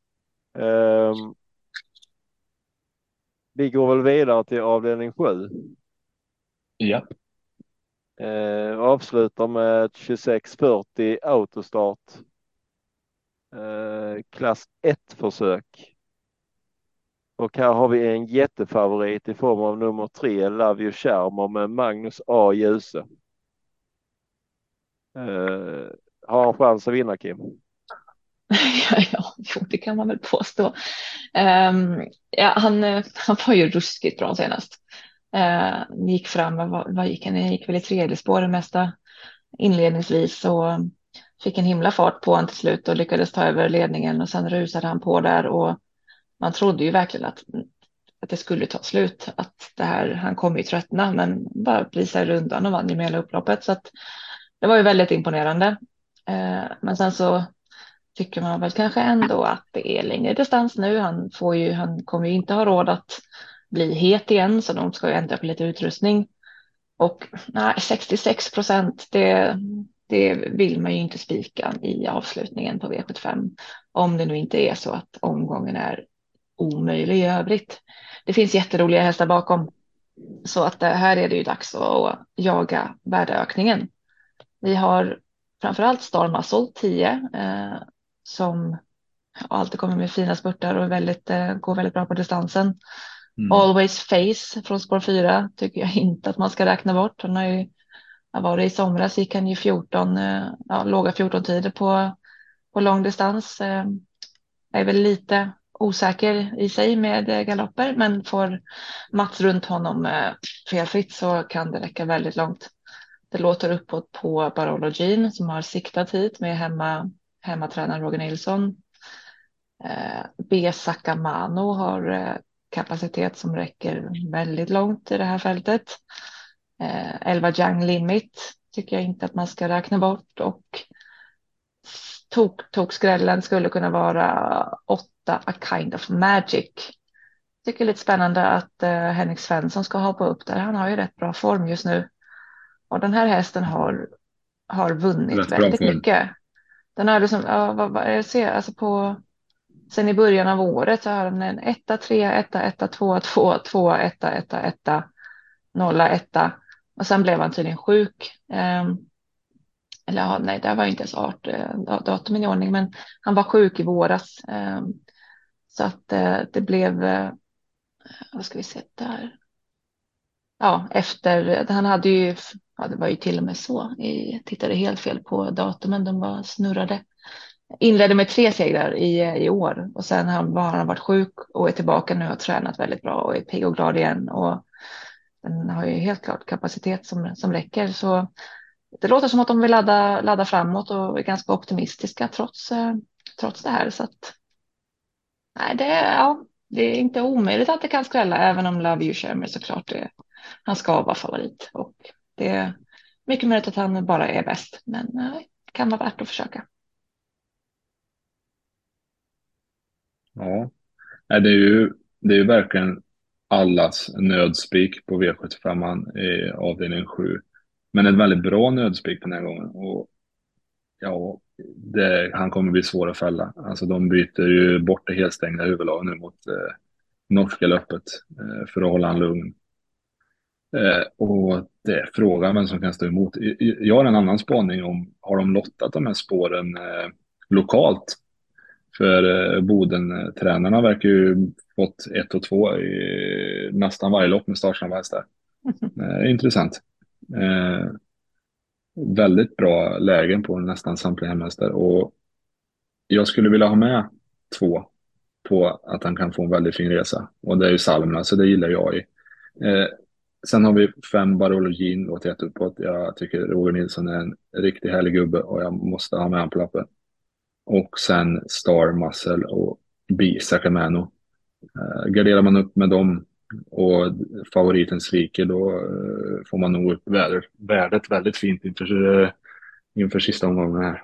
Vi går väl vidare till avdelning 7. Ja. Avslutar med ett 2640 autostart. Klass 1-försök. Och här har vi en jättefavorit i form av nummer 3, Love You Charmer med Magnus A. Djuse. Har han chans att vinna, Kim? Ja, det kan man väl påstå. Ja, han var ju ruskigt bra senast. Gick fram, vad gick han? Han gick väl i tredje spår det mesta inledningsvis och fick en himla fart på han till slut och lyckades ta över ledningen och sen rusade han på där och man trodde ju verkligen att det skulle ta slut, att han kommer ju tröttna, men bara prisa i rundan och vann ju med hela upploppet, så att det var ju väldigt imponerande. Men sen så tycker man väl kanske ändå att det är längre distans nu. Han kommer ju inte ha råd att bli het igen, så de ska ju ändra på lite utrustning. Och nej, 66%, det vill man ju inte spika i avslutningen på V75. Om det nu inte är så att omgången är omöjlig i övrigt. Det finns jätteroliga hästar bakom. Så att här är det ju dags att jaga värdeökningen. Vi har framförallt Star Muscle 10 som alltid kommer med fina spurtar och går väldigt bra på distansen. Always Face från spår 4 tycker jag inte att man ska räkna bort. Han har varit i somras, gick han ju låga 14 tider på lång distans. Är väl lite osäker i sig med galopper, men får Mats runt honom felfritt så kan det räcka väldigt långt. Det låter uppåt på Barolo Jean som har siktat hit med hemmatränaren Roger Nilsson. B. Sakamano har kapacitet som räcker väldigt långt i det här fältet. 11 Young Limit tycker jag inte att man ska räkna bort, och tokskrällen skulle kunna vara 8 A Kind of Magic. Tycker det är lite spännande att Henrik Svensson ska hoppa upp där. Han har ju rätt bra form just nu. Och den här hästen har vunnit väldigt mycket. Den har liksom, vad är det jag ser? Alltså sen i början av året så har den en 1, 3, 1, 2, 2, 2, 1, 1, 1, 0, 1. Och sen blev han tydligen sjuk. Eller ja, nej, det var inte ens datumen i ordning, men han var sjuk i våras. Så att det blev, vad ska vi se där? Ja, han hade ju, det var ju till och med så, jag tittade helt fel på datumen, de var snurrade. Inledde med 3 segrar i år och sen har han varit sjuk och är tillbaka nu och tränat väldigt bra och är pigg och glad igen, och den har ju helt klart kapacitet som räcker, så det låter som att de vill ladda framåt och är ganska optimistiska trots trots det här. Så att, nej, det är inte omöjligt att det kan skrälla, även om Love You Shermer såklart han ska vara favorit. Och det är mycket möjligt att han bara är bäst, men det kan vara värt att försöka. Ja, nej, det är ju verkligen allas nödspik på V75 i avdelning 7. Men en väldigt bra nödspik den här gången. Och ja, han kommer bli svår att fälla. Alltså de byter ju bort det helstängda huvudlaget nu mot norska loppet för att hålla han lugn. Och det är frågan vem som kan stå emot. Jag har en annan spaning om, har de lottat de här spåren lokalt? För Boden-tränarna verkar ju fått 1 och 2 i nästan varje lopp med startsnabba hästar. Intressant. Väldigt bra lägen på nästan samtliga hemhästar. Och jag skulle vilja ha med 2 på att han kan få en väldigt fin resa. Och det är ju Salmerna, så det gillar jag i. Sen har vi 5 Barologin, låter jätte uppåt. Jag tycker Roger Nilsson är en riktigt härlig gubbe och jag måste ha med honom på lappen. Och sen Star Muscle och B Sacramento. Garderar man upp med dem och favoriten sviker, då får man nog upp värdet väldigt fint inför sista omgången här.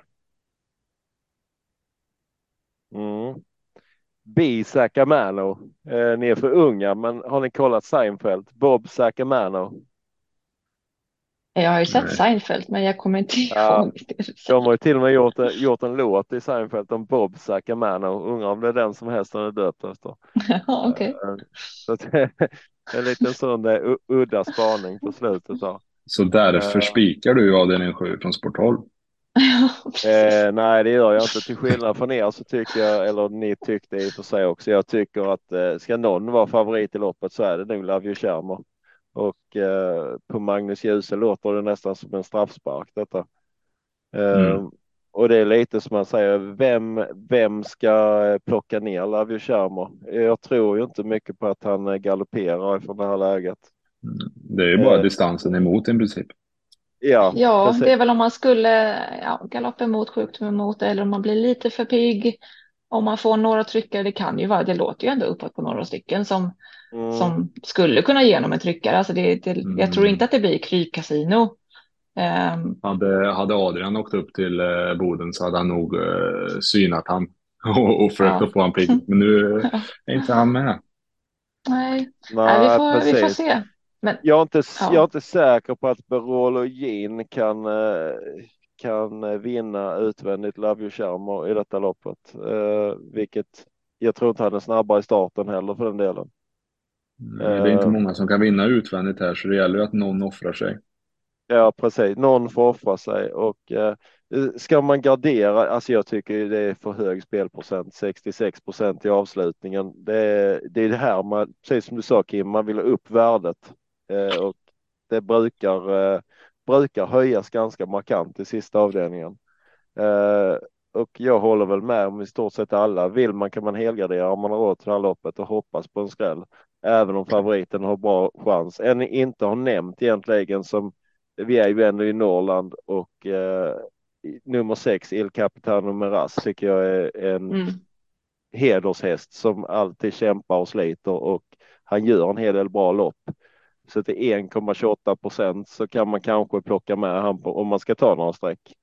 B Sacramento. Ni är för unga, men har ni kollat Seinfeld? Bob Sacramento. Jag har ju sett Nej. Seinfeld, men jag kommer inte Ja, ihåg det. de har ju till och med gjort en låt i Seinfeld om Bob Sacramento. Undrar om det är den som hästen är döpt efter. Ja, okej. Så det är en liten sån där udda spaning på slutet där. Så därför spikar du avdelning 7 från Sporthåll. Ja, precis. Nej, det gör jag inte. Till skillnad från er så tycker jag, eller ni tyckte i och för sig också, jag tycker att ska någon vara favorit i loppet så är det nog Love You Shermer. Och på Magnus Djuse låter det nästan som en straffspark detta. Och det är lite som man säger, vem ska plocka ner Love You Shermer? Jag tror ju inte mycket på att han galopperar från det här läget. Det är ju bara distansen emot i princip. Ja, precis. det är väl om man skulle galopp emot, sjukdom emot, eller om man blir lite för pigg. Om man får några tryckare, det kan ju vara, det låter ju ändå uppåt på några stycken som skulle kunna ge honom en tryckare. Alltså jag tror inte att det blir krypkasino. Hade Adrian åkt upp till Boden så hade han nog synat han och försökt att få han pigg. Men nu är inte han med. Nej, Nej, vi får se. Men, jag är inte säker på att Berologin kan vinna utvändigt Love You Shermer i detta loppet. Vilket jag tror inte han är snabbare i starten heller för den delen. Det är inte många som kan vinna utvändigt här, så det gäller ju att någon offrar sig. Ja, precis. Någon får offra sig och ska man gardera, alltså jag tycker det är för hög spelprocent, 66% i avslutningen. Det är det här man, precis som du sa Kim, man vill ha upp värdet och det brukar höjas ganska markant i sista avdelningen. Och jag håller väl med om i stort sett alla. Vill man kan man helgardera om man har råd till det här loppet och hoppas på en skräll. Även om favoriten har bra chans. En ni inte har nämnt egentligen, som vi är ju ändå i Norrland, och nummer 6 Il Capitano Meras tycker jag är en hedershäst som alltid kämpar och sliter, och han gör en hel del bra lopp. Så till 1,28% så kan man kanske plocka med han på, om man ska ta några streck.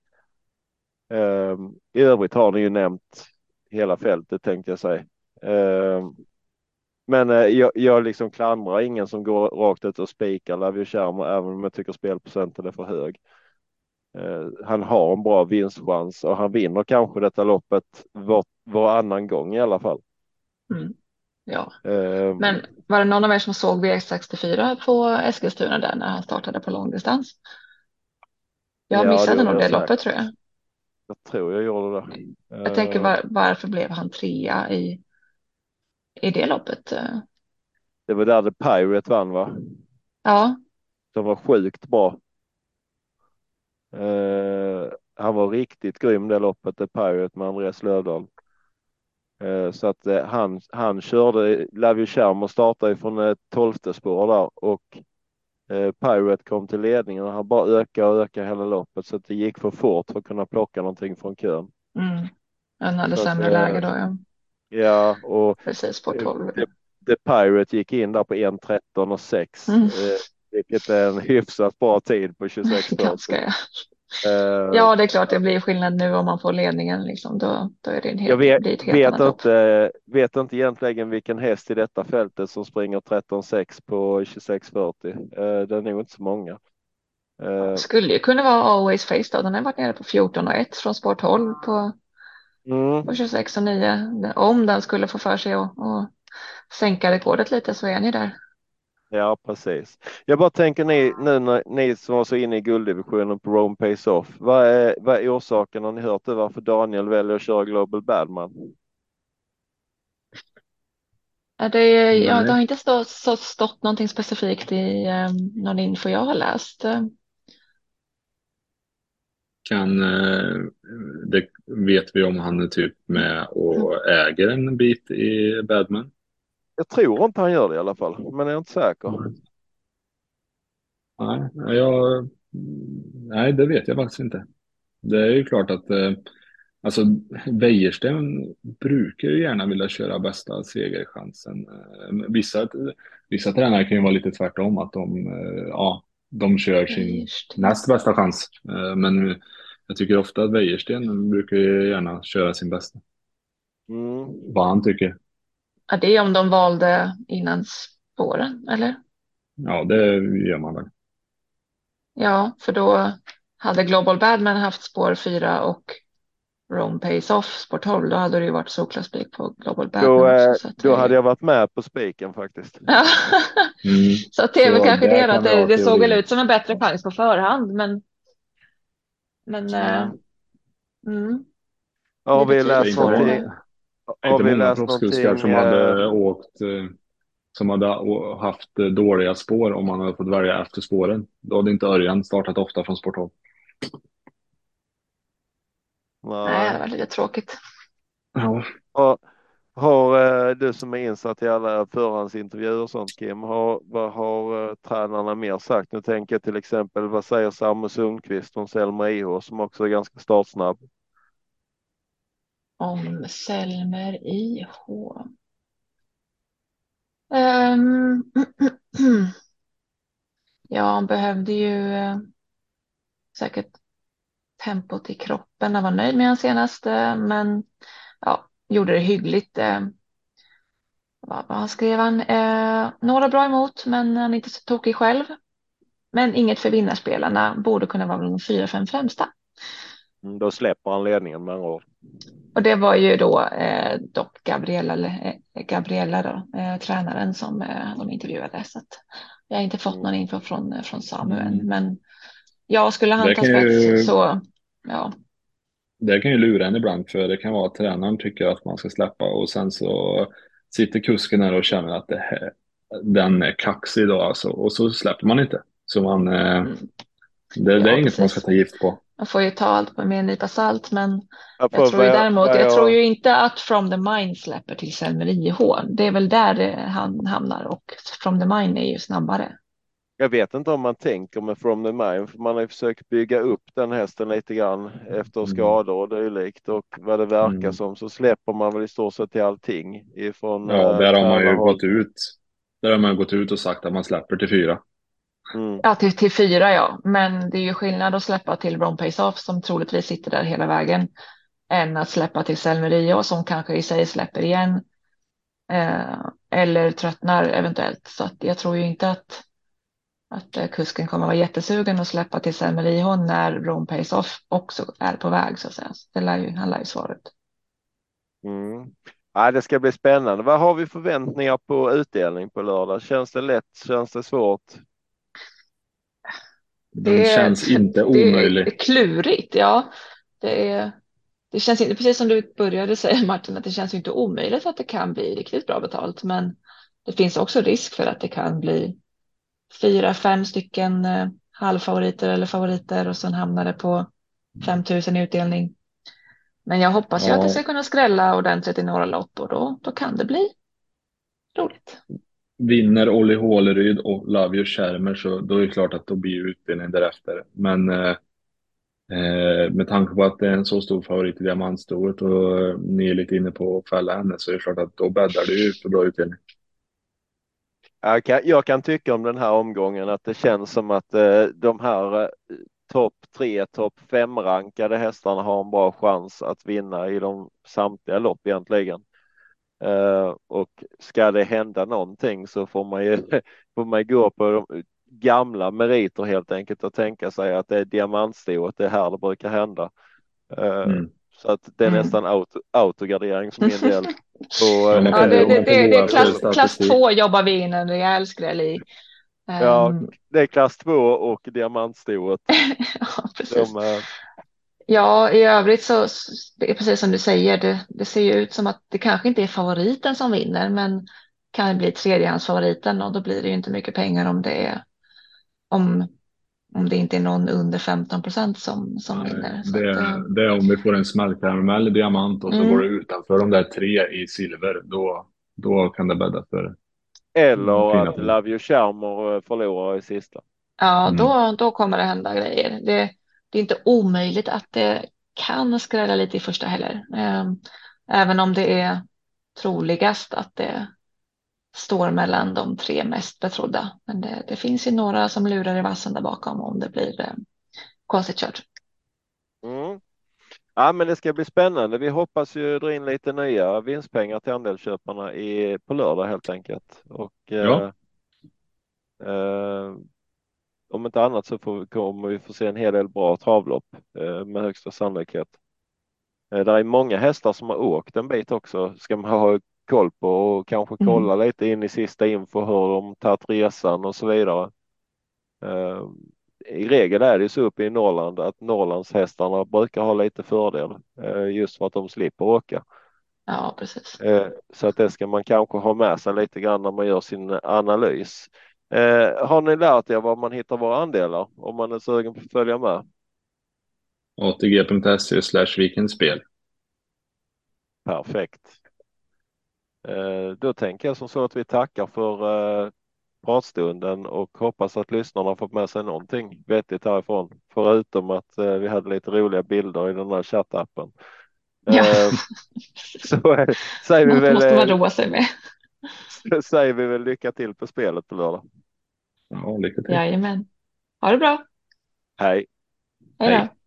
I övrigt har ni ju nämnt hela fältet tänkte jag säga. Men jag liksom klandrar ingen som går rakt ut och spikar Love You Shermer, även om jag tycker spelprocenten är för hög. Han har en bra vinstchans och han vinner kanske detta loppet varannan gång i alla fall. Ja, men var det någon av er som såg V64 på Eskilstuna där när han startade på långdistans? Jag missade nog det loppet tror jag. Jag tror jag gjorde det. Jag tänker varför blev han 3:a i det loppet? Det var där The Pirate vann va? Ja. Som var sjukt bra. Han var riktigt grym det loppet, The Pirate med Andreas Lövdahl. Så att han körde, Love You Shermer startade från ett 12:e spår där och Pirate kom till ledningen och han bara ökade hela loppet, så att det gick för fort för att kunna plocka någonting från kön. Han hade Så att, sämre läge då, ja. ja, och Precis på 12. The Pirate gick in där på 1:13,6, Mm. vilket är en hyfsat bra tid på 26:40. Ganska, ja. Eh, Ja, det är klart det blir skillnad nu om man får ledningen. Liksom. Då är det jag vet, det är ett helt annat lopp. vet inte egentligen vilken häst i detta fältet som springer 13:6 på 26:40. Det är nog inte så många. Skulle ju kunna vara Always Face då. Den har varit nere på 14,1 från sport 12 på Mm. 26,9. Om den skulle få för sig att sänka rekordet lite så är ni där. Ja, precis. Jag bara tänker nu när ni som var så inne i gulddivisionen på Rome Pace Off. Vad är orsaken, har ni hört det, varför Daniel väljer att köra Global Badman? Ja, det Nej, har inte stått någonting specifikt i någon info jag har läst. det vet vi om han är typ med och äger en bit i Badman. Jag tror inte han gör det i alla fall, men jag är inte säker. Nej, nej, det vet jag faktiskt inte. Det är ju klart att alltså, Wäjersten brukar ju gärna vilja köra bästa segerchansen. Vissa tränare kan ju vara lite tvärtom, att de kör sin Wäjersten. näst bästa chans. Men jag tycker ofta att Wäjersten brukar ju gärna köra sin bästa. Mm. Vad han tycker. Ja, det är om de valde innan spåren, eller? Ja, det gör man väl. Ja, för då hade Global Badman haft spår 4 och Rome Pace Off spår 12, då hade det ju varit solklar spik på Global Då, Badman också. Så att då hade jag varit med på spiken faktiskt. Ja. Mm. Så att det är väl Så kanske där det då, kan att vi ha det såg väl teorin. ut som en bättre chans på förhand, men Mm. mm, Har lite vi Det är tidigt läst så det någonting? nu. Har inte vi många läst proffskuskar någonting? som hade åkt som hade haft dåliga spår om man hade fått välja efter spåren. Då hade inte Örjan startat ofta från sporthåll. Nej, det Nej. var lite tråkigt. Ja, Har du som är insatt i alla förhandsintervjuer och sånt, Kim, vad har tränarna mer sagt? Nu tänker jag till exempel, vad säger Samu Sundqvist från Selma IH som också är ganska startsnabb? Om Selmer IH. Ehm, ja, han behövde ju säkert tempot i kroppen. Han var nöjd med hans senaste, men ja, gjorde det hyggligt. Vad skrev han? Några bra emot, men han är inte så tokig själv. Men inget för vinnarspelarna. Borde kunna vara bland de 4-5 främsta. Då släpper han ledningen med andra ord. Och det var ju då dock Gabriella då, tränaren som de intervjuade. Så att jag har inte fått någon info från Samuel. Men ja, skulle han det ta kan spets ju, så ja. det kan ju lura en ibland, för det kan vara att tränaren tycker att man ska släppa och sen så sitter kusken här och känner att den är kaxig idag alltså, och så släpper man inte. Så Mm, det är ja, inget man ska precis. ta gift på. Man får ju ta allt med en nypa salt. Men Ja, jag för tror ju däremot, jag tror jag, ju inte att From the Mind släpper till Selmer IH. Det är väl där han hamnar och From the Mind är ju snabbare. jag vet inte om man tänker med From the Mind, för man har ju försökt bygga upp den hästen lite grann efter Mm. skador och dylikt, och vad det verkar Mm. som så släpper man väl i stort sett till allting ifrån Ja, där har man ju tränarhåll. gått ut. Där har man gått ut och sagt att man släpper till 4. Mm. Ja, till 4 ja. Men det är ju skillnad att släppa till Ron Pace-Off som troligtvis sitter där hela vägen än att släppa till Selmerio som kanske i sig släpper igen eller tröttnar eventuellt. Så att jag tror ju inte att kusken kommer vara jättesugen att släppa till Selmerio när Ron Pace-Off också är på väg så att säga. Så han lär ju svaret. Mm. Ja, det ska bli spännande. Vad har vi förväntningar på utdelning på lördag? Känns det lätt? Känns det svårt? Den känns inte det omöjlig. är klurigt, ja. Det känns inte, precis som du började säga Martin, att det känns ju inte omöjligt att det kan bli riktigt bra betalt. Men det finns också risk för att det kan bli 4-5 stycken halvfavoriter eller favoriter och sen hamnar det på 5 000 i utdelning. Men jag hoppas ju att det Ja, ska kunna skrälla ordentligt i några lopp och då kan det bli roligt. vinner Olli Håleryd och Lavio Schermer, så då är det klart att då blir utdelningen därefter. Men Med tanke på att det är en så stor favorit i diamantstoet och ni är lite inne på att fälla henne, så är det klart att då bäddar det ju för bra utdelning. Jag kan tycka om den här omgången att det känns som att de här topp 3, topp 5 rankade hästarna har en bra chans att vinna i de samtliga lopp egentligen. Och ska det hända någonting så får man ju får man gå på de gamla meriter helt enkelt och tänka sig att det är diamantstoet, det är här det brukar hända. Eh, Mm. så att det är Mm. nästan autogardering för min del. Och, Ja, man Ja, kan, det, man det, kan det, gå det är efter klass statistik. 2 jobbar vi in en rejäl skräll i. ja, Ehm, det är klass 2 och diamantstoet. ja, precis. De, Ja, i övrigt så det är precis som du säger, det ser ju ut som att det kanske inte är favoriten som vinner, men kan bli tredjehandsfavoriten och då blir det ju inte mycket pengar om, om det inte är någon under 15% som Nej, vinner. Så att, det är om vi får en smällkaramell i diamant och så går det mm, utanför de där 3 i silver. Då kan det bädda för eller fina att pengar. Love You Charmer förlorar i sista. ja, Mm. då kommer det hända grejer. Det är inte omöjligt att det kan skrälla lite i första heller. Även om det är troligast att det står mellan de 3 mest betrodda. Men det finns ju några som lurar i vassen där bakom om det blir konstigt kört. Mm. Ja, men det ska bli spännande. Vi hoppas ju dra in lite nya vinstpengar till andelsköparna på lördag helt enkelt. Och Ja, eh, om inte annat så kommer vi få se en hel del bra travlopp med högsta sannolikhet. Det är många hästar som har åkt en bit också, ska man ha koll på och kanske Mm. kolla lite in i sista info hur de tagit resan och så vidare. Eh, I regel är det så uppe i Norrland att Norrlandshästarna brukar ha lite fördel just för att de slipper åka. Ja, precis. Så att det ska man kanske ha med sig lite grann när man gör sin analys. Har ni lärt er var man hittar våra andelar om man är sugen på att följa med? atg.se/weekendspel. Perfekt. Då tänker jag som så att vi tackar för pratstunden och hoppas att lyssnarna har fått med sig någonting vettigt härifrån. Förutom att vi hade lite roliga bilder i den här chattappen. Ja, Eh, säger vi något väl, måste man roa sig med. säger vi väl lycka till på spelet på lördag. Ja, lycka till. Jajamän. Ha det bra. Hej! Hej då.